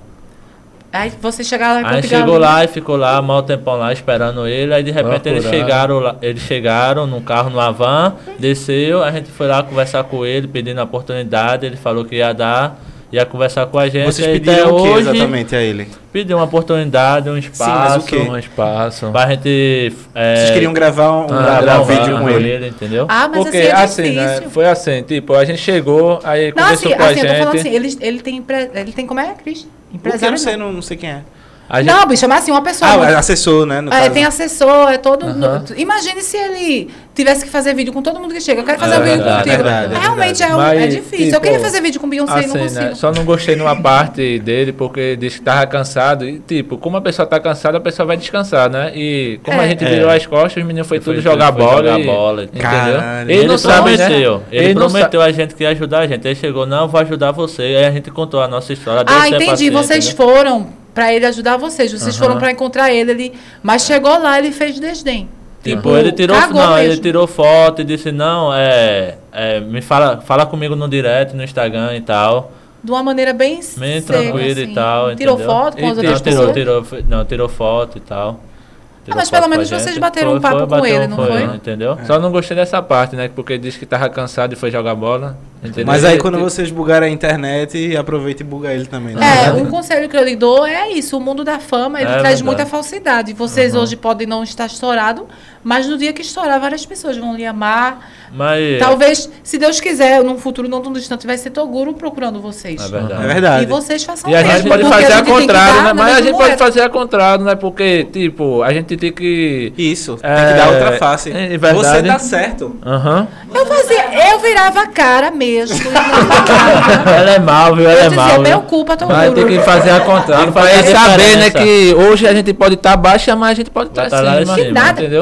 Speaker 1: Aí você chegar lá em
Speaker 3: Aí
Speaker 1: Porto de
Speaker 3: chegou
Speaker 1: Galinha.
Speaker 3: lá e ficou lá, mal tempão lá, esperando ele. Aí de repente eles chegaram, lá, eles chegaram num carro, numa van, desceu, a gente foi lá conversar com ele, pedindo a oportunidade, ele falou que ia dar, ia conversar com a gente.
Speaker 2: Vocês
Speaker 3: até
Speaker 2: pediram o que
Speaker 3: hoje,
Speaker 2: exatamente a ele?
Speaker 3: Pediu uma oportunidade, um espaço.
Speaker 2: Sim, mas o quê?
Speaker 4: Um espaço.
Speaker 3: Pra gente... É,
Speaker 2: Vocês queriam gravar um,
Speaker 3: gravar
Speaker 2: gravar um
Speaker 3: um
Speaker 2: vídeo com ele?
Speaker 3: entendeu?
Speaker 1: Ah, mas
Speaker 4: Porque
Speaker 1: assim, é
Speaker 4: assim,
Speaker 1: difícil.
Speaker 4: né? Foi assim, tipo, a gente chegou, aí
Speaker 1: Não,
Speaker 4: conversou
Speaker 1: assim,
Speaker 4: com a
Speaker 1: assim, eu tô falando assim,
Speaker 4: gente.
Speaker 1: ele, ele tem, empre- ele tem como é, Cris?
Speaker 2: Porque eu
Speaker 1: Empresário,
Speaker 2: não sei,
Speaker 1: não.
Speaker 2: não, não sei quem é.
Speaker 4: A gente-
Speaker 1: Não, bicho, mas assim, uma pessoa...
Speaker 2: Ah,
Speaker 1: muito-
Speaker 2: assessor, né? No
Speaker 1: É,
Speaker 2: caso.
Speaker 1: tem assessor, é todo...
Speaker 4: Aham.
Speaker 1: Imagine se ele tivesse que fazer vídeo com todo mundo que chega. Eu quero fazer
Speaker 4: É
Speaker 1: um vídeo
Speaker 4: verdade,
Speaker 1: contigo.
Speaker 2: é verdade, é
Speaker 1: Realmente é, um-
Speaker 4: Mas,
Speaker 1: é difícil. eu
Speaker 4: tipo,
Speaker 1: queria fazer vídeo com Beyoncé e não
Speaker 4: assim,
Speaker 1: consigo.
Speaker 4: né? Só não gostei numa parte dele, porque disse que tava cansado. E, tipo, como a pessoa tá cansada, a pessoa vai descansar, né? E como
Speaker 1: É.
Speaker 4: a gente
Speaker 3: É.
Speaker 4: virou as costas, os meninos foi
Speaker 3: Foi
Speaker 4: tudo
Speaker 3: tudo-
Speaker 4: jogar
Speaker 3: foi
Speaker 4: bola.
Speaker 3: jogar
Speaker 4: e-
Speaker 3: bola,
Speaker 4: entendeu?
Speaker 2: Caralho.
Speaker 4: Ele
Speaker 3: Ele
Speaker 4: não sabe,
Speaker 3: prometeu,
Speaker 4: né?
Speaker 3: ele,
Speaker 4: não
Speaker 3: prometeu a gente que ia ajudar a gente. Ele chegou, não, vou ajudar você. Aí a gente contou a nossa história. deu
Speaker 1: Ah,
Speaker 3: ser
Speaker 1: entendi.
Speaker 3: paciente,
Speaker 1: Vocês
Speaker 3: né?
Speaker 1: foram pra ele ajudar vocês. Vocês
Speaker 4: Aham.
Speaker 1: foram pra encontrar ele, ele... Mas chegou lá, ele fez desdém.
Speaker 3: Tipo, ele tirou,
Speaker 1: cagou
Speaker 3: não, ele
Speaker 1: mesmo.
Speaker 3: tirou foto e disse, não, é, é, me fala, fala comigo no direct, no Instagram e tal.
Speaker 1: De uma maneira bem
Speaker 3: Bem
Speaker 1: seca,
Speaker 3: tranquilo
Speaker 1: assim.
Speaker 3: e tal,
Speaker 1: Tirou
Speaker 3: entendeu?
Speaker 1: foto com
Speaker 4: E
Speaker 1: as
Speaker 4: tirou,
Speaker 1: outras
Speaker 3: Não, tirou,
Speaker 1: pessoas?
Speaker 3: tirou, foi- não, tirou foto e tal. Tirou
Speaker 1: mas
Speaker 3: foto
Speaker 1: pelo
Speaker 3: com a
Speaker 1: menos vocês
Speaker 3: gente.
Speaker 1: bateram um papo com
Speaker 3: bateu
Speaker 1: ele,
Speaker 3: um
Speaker 1: não
Speaker 3: foi,
Speaker 1: foi?
Speaker 3: Entendeu?
Speaker 4: Só não gostei dessa parte, né? Porque disse que tava cansado e foi jogar bola. Entendeu?
Speaker 2: Mas aí
Speaker 4: E-
Speaker 2: quando vocês bugarem a internet, aproveita e buga ele também, né?
Speaker 1: É, um conselho que eu lhe dou é isso. O mundo da fama, ele
Speaker 3: É
Speaker 1: traz
Speaker 3: verdade.
Speaker 1: muita falsidade. Vocês hoje podem não estar estourados, mas no dia que estourar, várias pessoas vão lhe amar.
Speaker 3: Mas...
Speaker 1: Talvez, se Deus quiser, num futuro não tão distante, vai ser Toguro procurando vocês.
Speaker 3: É verdade.
Speaker 2: É verdade.
Speaker 1: E vocês façam
Speaker 4: E a
Speaker 1: mesmo,
Speaker 4: gente pode
Speaker 1: porque
Speaker 4: fazer a
Speaker 1: gente tem que
Speaker 4: contrário,
Speaker 1: dar
Speaker 4: né?
Speaker 1: na
Speaker 4: Mas a
Speaker 1: mesma
Speaker 4: gente pode
Speaker 1: moeda.
Speaker 4: fazer a contrário, né? Porque, tipo, a gente tem que.
Speaker 2: Isso, tem
Speaker 4: É,
Speaker 2: que dar outra face.
Speaker 4: é verdade.
Speaker 2: Você tá certo.
Speaker 4: Aham.
Speaker 1: Eu fazia, eu virava a cara mesmo. e não falava.
Speaker 3: Ela é mal, viu? Ela
Speaker 1: Eu
Speaker 3: é
Speaker 1: dizia,
Speaker 3: mal.
Speaker 1: meu
Speaker 3: viu?
Speaker 1: culpa,
Speaker 4: Mas tem
Speaker 1: Toguro.
Speaker 4: que fazer a contrário.
Speaker 3: Tem que
Speaker 4: Pra
Speaker 3: fazer
Speaker 4: ele
Speaker 3: a
Speaker 4: saber, né?
Speaker 3: diferença.
Speaker 4: Que hoje a gente pode estar baixo, mas a gente pode estar
Speaker 3: Vai tá lá
Speaker 4: acima.
Speaker 3: em cima.
Speaker 1: Nada.
Speaker 4: Entendeu?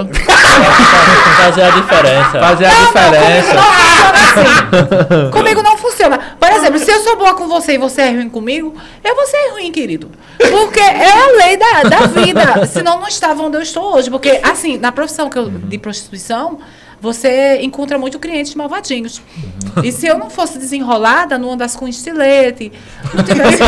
Speaker 3: Fazer a diferença.
Speaker 4: Fazer a
Speaker 1: Não,
Speaker 4: diferença.
Speaker 1: não, comigo não funciona assim. Comigo não funciona. Por exemplo, se eu sou boa com você e você é ruim comigo, eu vou ser ruim, querido. Porque é a lei da, da vida. Senão não estava onde eu estou hoje. Porque, assim, na profissão que eu, de prostituição, você encontra muito clientes malvadinhos. E se eu não fosse desenrolada, não andasse com estilete, não tivesse...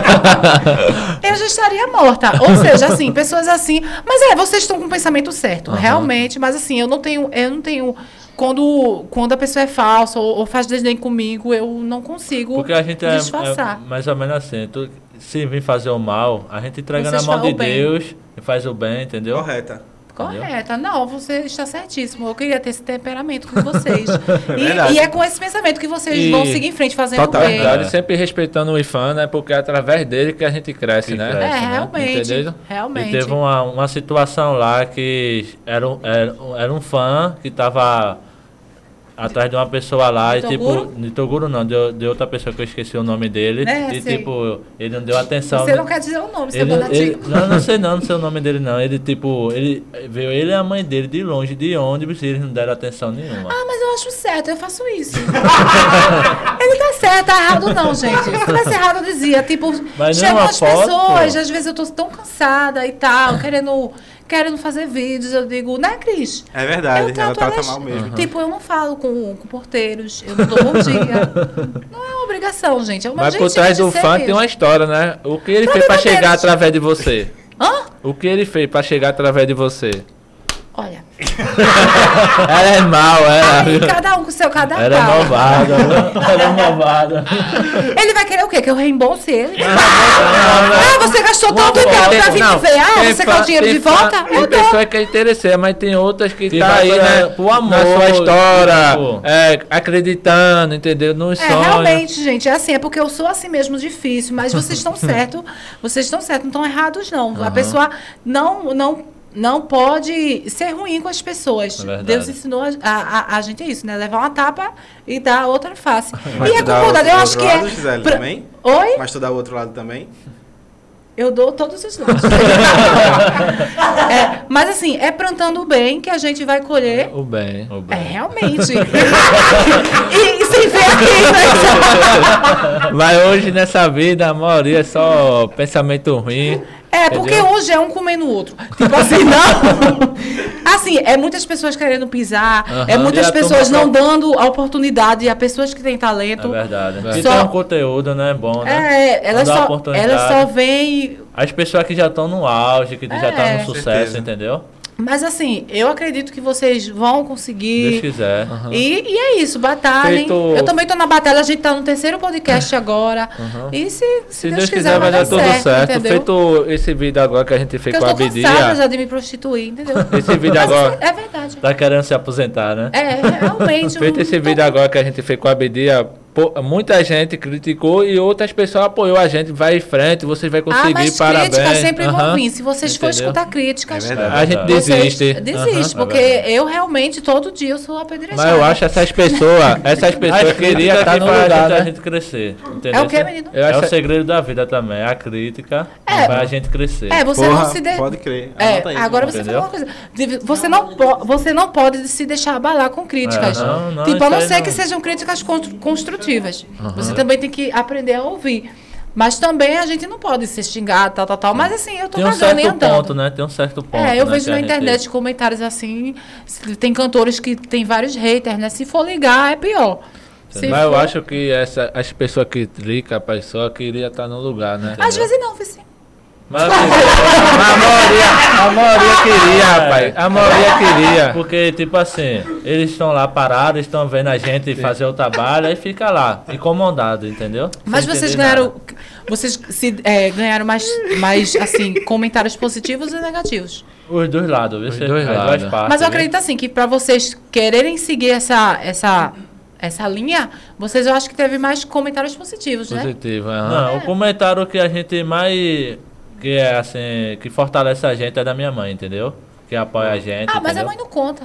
Speaker 1: eu já estaria morta. Ou seja, assim, pessoas assim... Mas é, vocês estão com o pensamento certo, realmente. Mas assim, eu não tenho... Eu não tenho quando, quando a pessoa é falsa ou, ou faz desdém comigo, eu não consigo
Speaker 3: Porque a gente é,
Speaker 1: disfarçar.
Speaker 3: é mais ou menos assim. Tu, se vir fazer o mal, a gente entrega
Speaker 1: Vocês
Speaker 3: na mão
Speaker 1: falam
Speaker 3: de
Speaker 1: o bem.
Speaker 3: Deus e faz o bem, entendeu?
Speaker 2: Correta.
Speaker 1: Correta. Não, você está certíssimo. Eu queria ter esse temperamento com vocês.
Speaker 2: verdade.
Speaker 1: e, e é com esse pensamento que vocês
Speaker 4: E-
Speaker 1: vão seguir em frente, fazendo
Speaker 2: Total.
Speaker 1: o bem.
Speaker 4: Verdade, sempre respeitando o I F A M, né? Porque é através dele que a gente cresce,
Speaker 3: Que
Speaker 4: né?
Speaker 3: cresce,
Speaker 1: É,
Speaker 3: né?
Speaker 1: realmente.
Speaker 4: Entendeu?
Speaker 1: Realmente.
Speaker 3: E teve uma, uma situação lá que era, um- era, um- era um fã que tava atrás de uma pessoa lá
Speaker 1: De
Speaker 3: e
Speaker 1: Toguro?
Speaker 3: tipo, de Toguro não, de, de outra pessoa que eu esqueci o nome dele.
Speaker 1: É,
Speaker 3: e
Speaker 1: sei.
Speaker 3: tipo, ele não deu atenção.
Speaker 1: Você
Speaker 3: né?
Speaker 1: não quer dizer o nome, você
Speaker 3: Ele,
Speaker 1: é banativo.
Speaker 3: ele, não, não sei não, não sei o nome dele não. Ele tipo, ele veio ele e a mãe dele de longe, de ônibus, e eles não deram atenção nenhuma.
Speaker 1: Ah, mas eu acho certo, eu faço isso. Ele tá certo, tá errado não, gente. Se tivesse errado, eu dizia. Tipo,
Speaker 3: Mas não é
Speaker 1: chegam
Speaker 3: uma
Speaker 1: as
Speaker 3: foto,
Speaker 1: pessoas,
Speaker 3: pô.
Speaker 1: às vezes eu tô tão cansada e tal, querendo, querendo fazer vídeos, eu digo, né, Cris?
Speaker 2: É verdade,
Speaker 1: Eu
Speaker 2: ela
Speaker 1: trato
Speaker 2: trata
Speaker 1: elas-
Speaker 2: mal mesmo.
Speaker 1: Tipo, eu não falo com, com porteiros, eu não dou bom dia. Não é uma obrigação, gente. É uma
Speaker 4: Mas por
Speaker 1: jeitinho
Speaker 4: trás
Speaker 1: de
Speaker 4: do
Speaker 1: ser
Speaker 4: fã
Speaker 1: mesmo.
Speaker 4: tem uma história, né? O que ele
Speaker 1: Pra
Speaker 4: fez pra
Speaker 1: verdade.
Speaker 4: chegar através de você?
Speaker 1: Hã?
Speaker 4: O que ele fez pra chegar através de você?
Speaker 1: Olha,
Speaker 4: Ela é mal, ela.
Speaker 1: aí cada um com o seu cada
Speaker 3: Era
Speaker 1: pau.
Speaker 3: malvada, viu? Era malvada.
Speaker 1: Ele vai querer o quê? Que eu reembolse ele? Ah, você gastou tanto então pra vir me ver? Ah, você quer o dinheiro de volta?
Speaker 4: Tem
Speaker 1: Eu dou.
Speaker 4: pessoas que é interessante, mas tem outras que,
Speaker 3: Que
Speaker 4: tá
Speaker 3: vai
Speaker 4: aí,
Speaker 3: pra-
Speaker 4: né?
Speaker 3: pro amor,
Speaker 4: na sua história,
Speaker 3: tipo.
Speaker 4: é, acreditando, entendeu? Nos
Speaker 1: É,
Speaker 4: sonhos.
Speaker 1: realmente, gente, é assim, é porque eu sou assim mesmo difícil, mas vocês estão certos, vocês estão certos, não estão errados, não. A pessoa não, não não pode ser ruim com as pessoas.
Speaker 3: É
Speaker 1: Deus ensinou a, a, a gente isso, né? Levar uma tapa e dar outra face.
Speaker 2: Mas
Speaker 1: e é
Speaker 2: tu dá
Speaker 1: concordado,
Speaker 2: o
Speaker 1: eu
Speaker 2: outro
Speaker 1: acho que
Speaker 2: lado,
Speaker 1: é...
Speaker 2: Gisele,
Speaker 1: pra-
Speaker 2: também?
Speaker 1: Oi?
Speaker 2: Mas tu dá o outro lado também?
Speaker 1: Eu dou todos os lados. É, mas assim, é plantando o bem que a gente vai colher.
Speaker 4: O bem.
Speaker 3: O
Speaker 1: É,
Speaker 3: bem.
Speaker 1: realmente. e, e sem ver aqui, né?
Speaker 4: Mas hoje nessa vida a maioria é só pensamento ruim.
Speaker 1: É, porque
Speaker 4: Entendeu?
Speaker 1: hoje é um comendo o outro. Tipo assim, não. Assim, é muitas pessoas querendo pisar,
Speaker 4: Aham.
Speaker 1: é muitas
Speaker 3: E a
Speaker 1: pessoas
Speaker 3: turma
Speaker 1: não dando a oportunidade a pessoas que têm
Speaker 3: É
Speaker 1: talento.
Speaker 3: verdade.
Speaker 4: Verdade.
Speaker 3: E
Speaker 1: Só-
Speaker 3: tem um conteúdo, né? Bom, né?
Speaker 1: É, elas
Speaker 3: Não dá
Speaker 1: só,
Speaker 3: oportunidade.
Speaker 1: elas só vêm.
Speaker 3: As pessoas que já estão no auge, que já estão
Speaker 1: É.
Speaker 3: no sucesso,
Speaker 2: Certeza.
Speaker 3: entendeu?
Speaker 1: Mas assim, eu acredito que vocês vão
Speaker 3: Deus
Speaker 1: conseguir.
Speaker 3: quiser.
Speaker 1: E, e é isso, batalhem.
Speaker 4: Feito-
Speaker 1: Eu também tô na batalha, a gente tá no terceiro podcast agora.
Speaker 4: Uhum.
Speaker 1: E se, se,
Speaker 4: Se Deus quiser, vai dar tudo certo.
Speaker 1: entendeu?
Speaker 4: Feito esse vídeo agora que a gente fez
Speaker 1: Porque
Speaker 4: com
Speaker 1: eu
Speaker 4: a
Speaker 1: tô
Speaker 4: Bidia.
Speaker 1: cansada já de me prostituir, entendeu?
Speaker 4: Esse vídeo
Speaker 1: Mas
Speaker 4: agora.
Speaker 1: É verdade.
Speaker 3: Tá querendo se aposentar, né?
Speaker 1: É, realmente. eu
Speaker 4: Feito esse
Speaker 1: tô-
Speaker 4: vídeo agora que a gente fez com a Bidia, pô, muita gente criticou e outras pessoas apoiou a gente. Vai em frente, vocês vão
Speaker 1: Ah,
Speaker 4: conseguir,
Speaker 1: mas
Speaker 4: parabéns.
Speaker 1: críticas sempre vão
Speaker 4: Aham.
Speaker 1: vir. Se vocês forem
Speaker 4: Entendeu?
Speaker 1: escutar críticas,
Speaker 2: É verdade.
Speaker 4: A gente
Speaker 3: Vocês
Speaker 4: desiste.
Speaker 1: desiste,
Speaker 3: Aham,
Speaker 1: porque
Speaker 3: é verdade.
Speaker 1: eu realmente todo dia eu sou apedrejada.
Speaker 4: Mas eu acho essas pessoas, essas pessoas
Speaker 3: As
Speaker 4: queriam
Speaker 3: críticas
Speaker 4: estar
Speaker 3: que
Speaker 4: no
Speaker 3: faz a
Speaker 4: lugar,
Speaker 3: gente, a
Speaker 4: né?
Speaker 3: gente crescer. Entendeu?
Speaker 1: É o que, menino?
Speaker 4: Eu
Speaker 3: É
Speaker 4: acho-
Speaker 3: o segredo da vida também. A crítica
Speaker 1: É.
Speaker 3: faz a gente crescer.
Speaker 1: É, você
Speaker 2: Porra,
Speaker 1: não se de...
Speaker 2: pode crer.
Speaker 1: É,
Speaker 2: Anota aí,
Speaker 1: agora
Speaker 2: por
Speaker 1: você
Speaker 3: entendeu?
Speaker 1: falou uma coisa. Deve- Você não, po- você não pode se deixar abalar com críticas.
Speaker 3: É, não, não,
Speaker 1: tipo, a
Speaker 3: isso
Speaker 1: não
Speaker 3: aí
Speaker 1: ser
Speaker 3: não.
Speaker 1: que sejam críticas constru- construtivas. Você também tem que aprender a ouvir. Mas também a gente não pode se xingar, tal, tal, tal. Mas assim, eu tô
Speaker 3: Tem um
Speaker 1: cagando e
Speaker 3: certo
Speaker 1: andando.
Speaker 3: ponto, né? Tem um certo ponto.
Speaker 1: É, eu
Speaker 3: né,
Speaker 1: vejo
Speaker 3: que a
Speaker 1: na
Speaker 3: gente-
Speaker 1: internet comentários assim. se- Tem cantores que tem vários haters, né? Se for ligar, é pior. Se
Speaker 4: Mas eu
Speaker 1: for-
Speaker 4: acho que essa, as pessoas que clicam, a pessoa queria estar no lugar, né?
Speaker 1: Às vezes não, Vici.
Speaker 3: Mas, assim,
Speaker 4: A maioria, a maioria queria, rapaz. A maioria queria.
Speaker 3: porque, tipo assim, eles estão lá parados, estão vendo a gente fazer o trabalho, aí fica lá, incomodado, entendeu?
Speaker 1: Mas
Speaker 3: Sem
Speaker 1: vocês
Speaker 3: entender
Speaker 1: ganharam.
Speaker 3: nada.
Speaker 1: Vocês se, é, ganharam mais, mais, assim, comentários positivos e negativos.
Speaker 3: Os dois lados, viu?
Speaker 4: Os
Speaker 3: Cê-
Speaker 4: dois
Speaker 3: as
Speaker 4: lados.
Speaker 3: duas partes.
Speaker 1: Mas eu
Speaker 3: viu?
Speaker 1: acredito assim que para vocês quererem seguir essa, essa, essa linha, vocês eu acho que teve mais comentários positivos, né?
Speaker 4: Positivo, aham.
Speaker 3: Não, o comentário que a gente mais. Que é assim. Que fortalece a gente é da minha mãe, entendeu? Que apoia a gente.
Speaker 1: Ah, mas a
Speaker 3: entendeu?
Speaker 1: mãe não conta.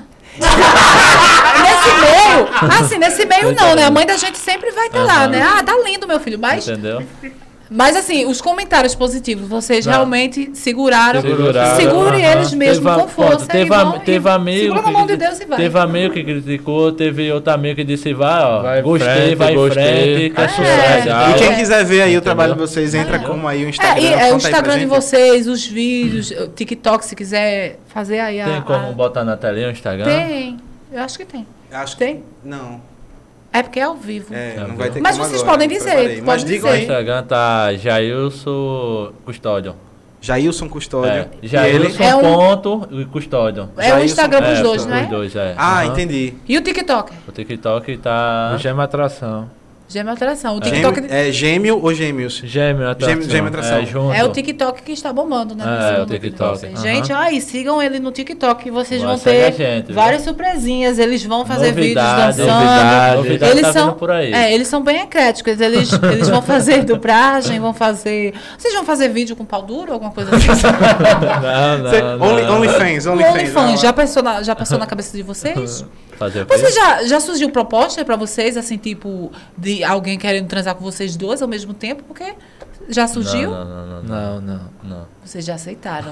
Speaker 1: Nesse meio, assim, nesse meio não, né? A mãe da gente sempre vai estar lá,
Speaker 3: Aham.
Speaker 1: né? Ah, tá lindo, meu filho. Mas,
Speaker 3: Entendeu?
Speaker 1: mas assim, os comentários positivos, vocês
Speaker 3: Não.
Speaker 1: realmente seguraram.
Speaker 3: Seguraram,
Speaker 1: Segure
Speaker 3: aham.
Speaker 1: eles mesmo
Speaker 3: Teve a-
Speaker 1: com força.
Speaker 3: pronto, teve
Speaker 1: e
Speaker 3: a-
Speaker 1: vão-
Speaker 3: teve
Speaker 1: e
Speaker 3: amigo
Speaker 1: segura na
Speaker 3: que
Speaker 1: mão de
Speaker 3: criti-
Speaker 1: Deus e vai.
Speaker 3: Teve amigo que criticou, teve outro amigo que disse, vai, ó,
Speaker 4: Vai em
Speaker 3: gostei,
Speaker 4: frente,
Speaker 3: vai em
Speaker 4: gostei.
Speaker 3: frente, que é
Speaker 1: É.
Speaker 3: sucesso.
Speaker 4: Legal.
Speaker 2: E quem
Speaker 1: É.
Speaker 2: quiser ver aí o
Speaker 3: Entendeu?
Speaker 2: trabalho de vocês, entra como aí o Instagram.
Speaker 1: É, e, é,
Speaker 2: conta
Speaker 1: o
Speaker 2: aí pra
Speaker 1: Instagram de
Speaker 2: gente.
Speaker 1: vocês, os vídeos, o TikTok, se quiser fazer aí a.
Speaker 3: Tem como
Speaker 1: a-
Speaker 3: botar na telinha o Instagram?
Speaker 1: Tem. Eu acho que tem.
Speaker 2: Acho
Speaker 1: Tem?
Speaker 2: que não.
Speaker 1: É porque é ao vivo.
Speaker 2: É,
Speaker 3: Tá
Speaker 2: não vai ter
Speaker 1: Mas
Speaker 2: como
Speaker 1: vocês
Speaker 2: agora,
Speaker 1: podem
Speaker 2: não
Speaker 1: dizer,
Speaker 2: preparei.
Speaker 1: podem
Speaker 2: Mas digam
Speaker 3: O
Speaker 1: dizer.
Speaker 2: aí.
Speaker 3: Instagram tá Jailson Custódio.
Speaker 2: Jailson Custódio.
Speaker 3: É,
Speaker 2: E
Speaker 3: Jailson
Speaker 2: ele?
Speaker 1: É um-
Speaker 3: ponto e Custódio.
Speaker 1: É o
Speaker 2: Jailson-
Speaker 1: Instagram dos
Speaker 3: É,
Speaker 1: dois, não é?
Speaker 3: Os dois, é.
Speaker 2: Ah,
Speaker 3: Aham.
Speaker 2: entendi.
Speaker 1: E o TikTok?
Speaker 3: O TikTok tá...
Speaker 4: O Gema Atração.
Speaker 1: Gêmeo Alteração. O TikTok
Speaker 2: Gêmeo, é gêmeo ou gêmeos?
Speaker 4: Gêmeo Atração.
Speaker 2: Gêmeo- Gêmeo Atração.
Speaker 3: É, junto.
Speaker 1: é o TikTok que está bombando, né?
Speaker 3: É,
Speaker 1: Nesse
Speaker 3: o
Speaker 1: mundo de
Speaker 3: TikTok.
Speaker 1: vocês.
Speaker 3: Aham.
Speaker 1: Gente, aí, sigam ele no TikTok que vocês
Speaker 3: Vai,
Speaker 1: vão
Speaker 3: segue
Speaker 1: ter
Speaker 3: a gente, viu?
Speaker 1: várias surpresinhas. Eles vão fazer vídeos
Speaker 3: Novidade,
Speaker 1: dançando.
Speaker 4: novidade.
Speaker 3: Novidade
Speaker 1: Eles
Speaker 3: tá
Speaker 1: são,
Speaker 3: vindo por aí.
Speaker 1: é, eles são bem ecléticos. Eles, eles vão fazer dublagem, vão fazer. Vocês vão fazer vídeo com pau duro, alguma coisa assim?
Speaker 3: Não, não,
Speaker 2: Cê-
Speaker 3: não.
Speaker 2: Only, OnlyFans,
Speaker 1: O
Speaker 2: OnlyFans.
Speaker 1: OnlyFans já passou na, já passou na cabeça de vocês?
Speaker 3: Fazer o quê?
Speaker 1: Você já, já surgiu proposta pra vocês, assim, tipo, de alguém querendo transar com vocês dois ao mesmo tempo? Porque já surgiu?
Speaker 3: Não, não, não, não.
Speaker 4: Não, não.
Speaker 3: não.
Speaker 1: Vocês já aceitaram.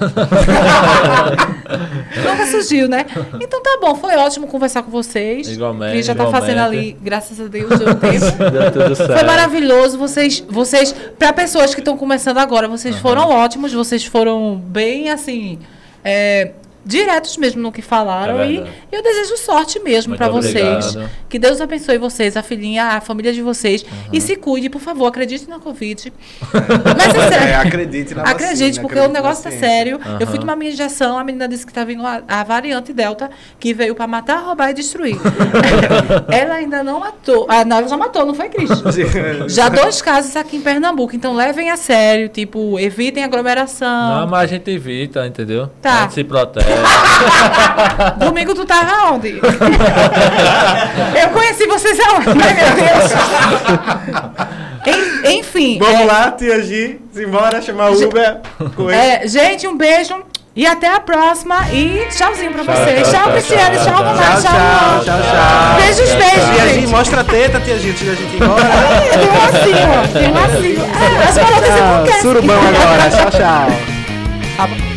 Speaker 1: Nunca surgiu, né? Então tá bom, foi ótimo conversar com vocês.
Speaker 3: Igualmente,
Speaker 1: Cris já tá
Speaker 3: igualmente.
Speaker 1: fazendo ali, graças a Deus, deu tempo.
Speaker 3: Deu tudo certo.
Speaker 1: Foi maravilhoso. Vocês, vocês para pessoas que estão começando agora, vocês foram ótimos, vocês foram bem assim, é, diretos mesmo no que falaram.
Speaker 3: É
Speaker 1: e
Speaker 3: verdade.
Speaker 1: eu desejo sorte mesmo
Speaker 3: Muito
Speaker 1: para vocês.
Speaker 3: obrigado.
Speaker 1: Que Deus abençoe vocês, a filhinha, a família de vocês. E se cuide, por favor, acredite na Covid. Mas é sério.
Speaker 2: É, acredite na
Speaker 1: Acredite,
Speaker 2: vacina,
Speaker 1: porque
Speaker 2: acredite
Speaker 1: o negócio
Speaker 2: na
Speaker 1: tá
Speaker 2: ciência.
Speaker 1: sério.
Speaker 3: Aham.
Speaker 1: Eu fui tomar minha injeção, a menina disse que tá vindo a, a variante Delta, que veio para matar, roubar e destruir. Ela ainda não matou. Ah, não, ela já matou, não foi, Cris? Já dois casos aqui em Pernambuco, então levem a sério, tipo, evitem aglomeração.
Speaker 3: Não, mas a gente evita, entendeu?
Speaker 1: Tá.
Speaker 3: A gente se protege.
Speaker 1: Domingo tu tava onde? Eu conheci vocês aonde? Ai, meu Deus. En- Enfim.
Speaker 2: Vamos
Speaker 1: é,
Speaker 2: lá, tia Gi. Simbora chamar o Uber. Correr.
Speaker 1: é, gente, um beijo. E até a próxima. E tchauzinho pra vocês.
Speaker 4: Tchau,
Speaker 1: Tchau,
Speaker 4: tchau,
Speaker 1: Cristiane.
Speaker 4: tchau,
Speaker 1: Tchau,
Speaker 4: tchau,
Speaker 1: Romar.
Speaker 2: Tchau, tchau, tchau, tchau.
Speaker 1: Beijos, beijos,
Speaker 2: Tia Gi,
Speaker 1: gente.
Speaker 2: mostra a teta, tia Gi, antes da gente ir embora.
Speaker 1: Tem um lacinho, ó. Tem um lacinho. Ah, as colotas eu não quero.
Speaker 2: Surubão agora. Tchau, tchau.
Speaker 1: Tá bom.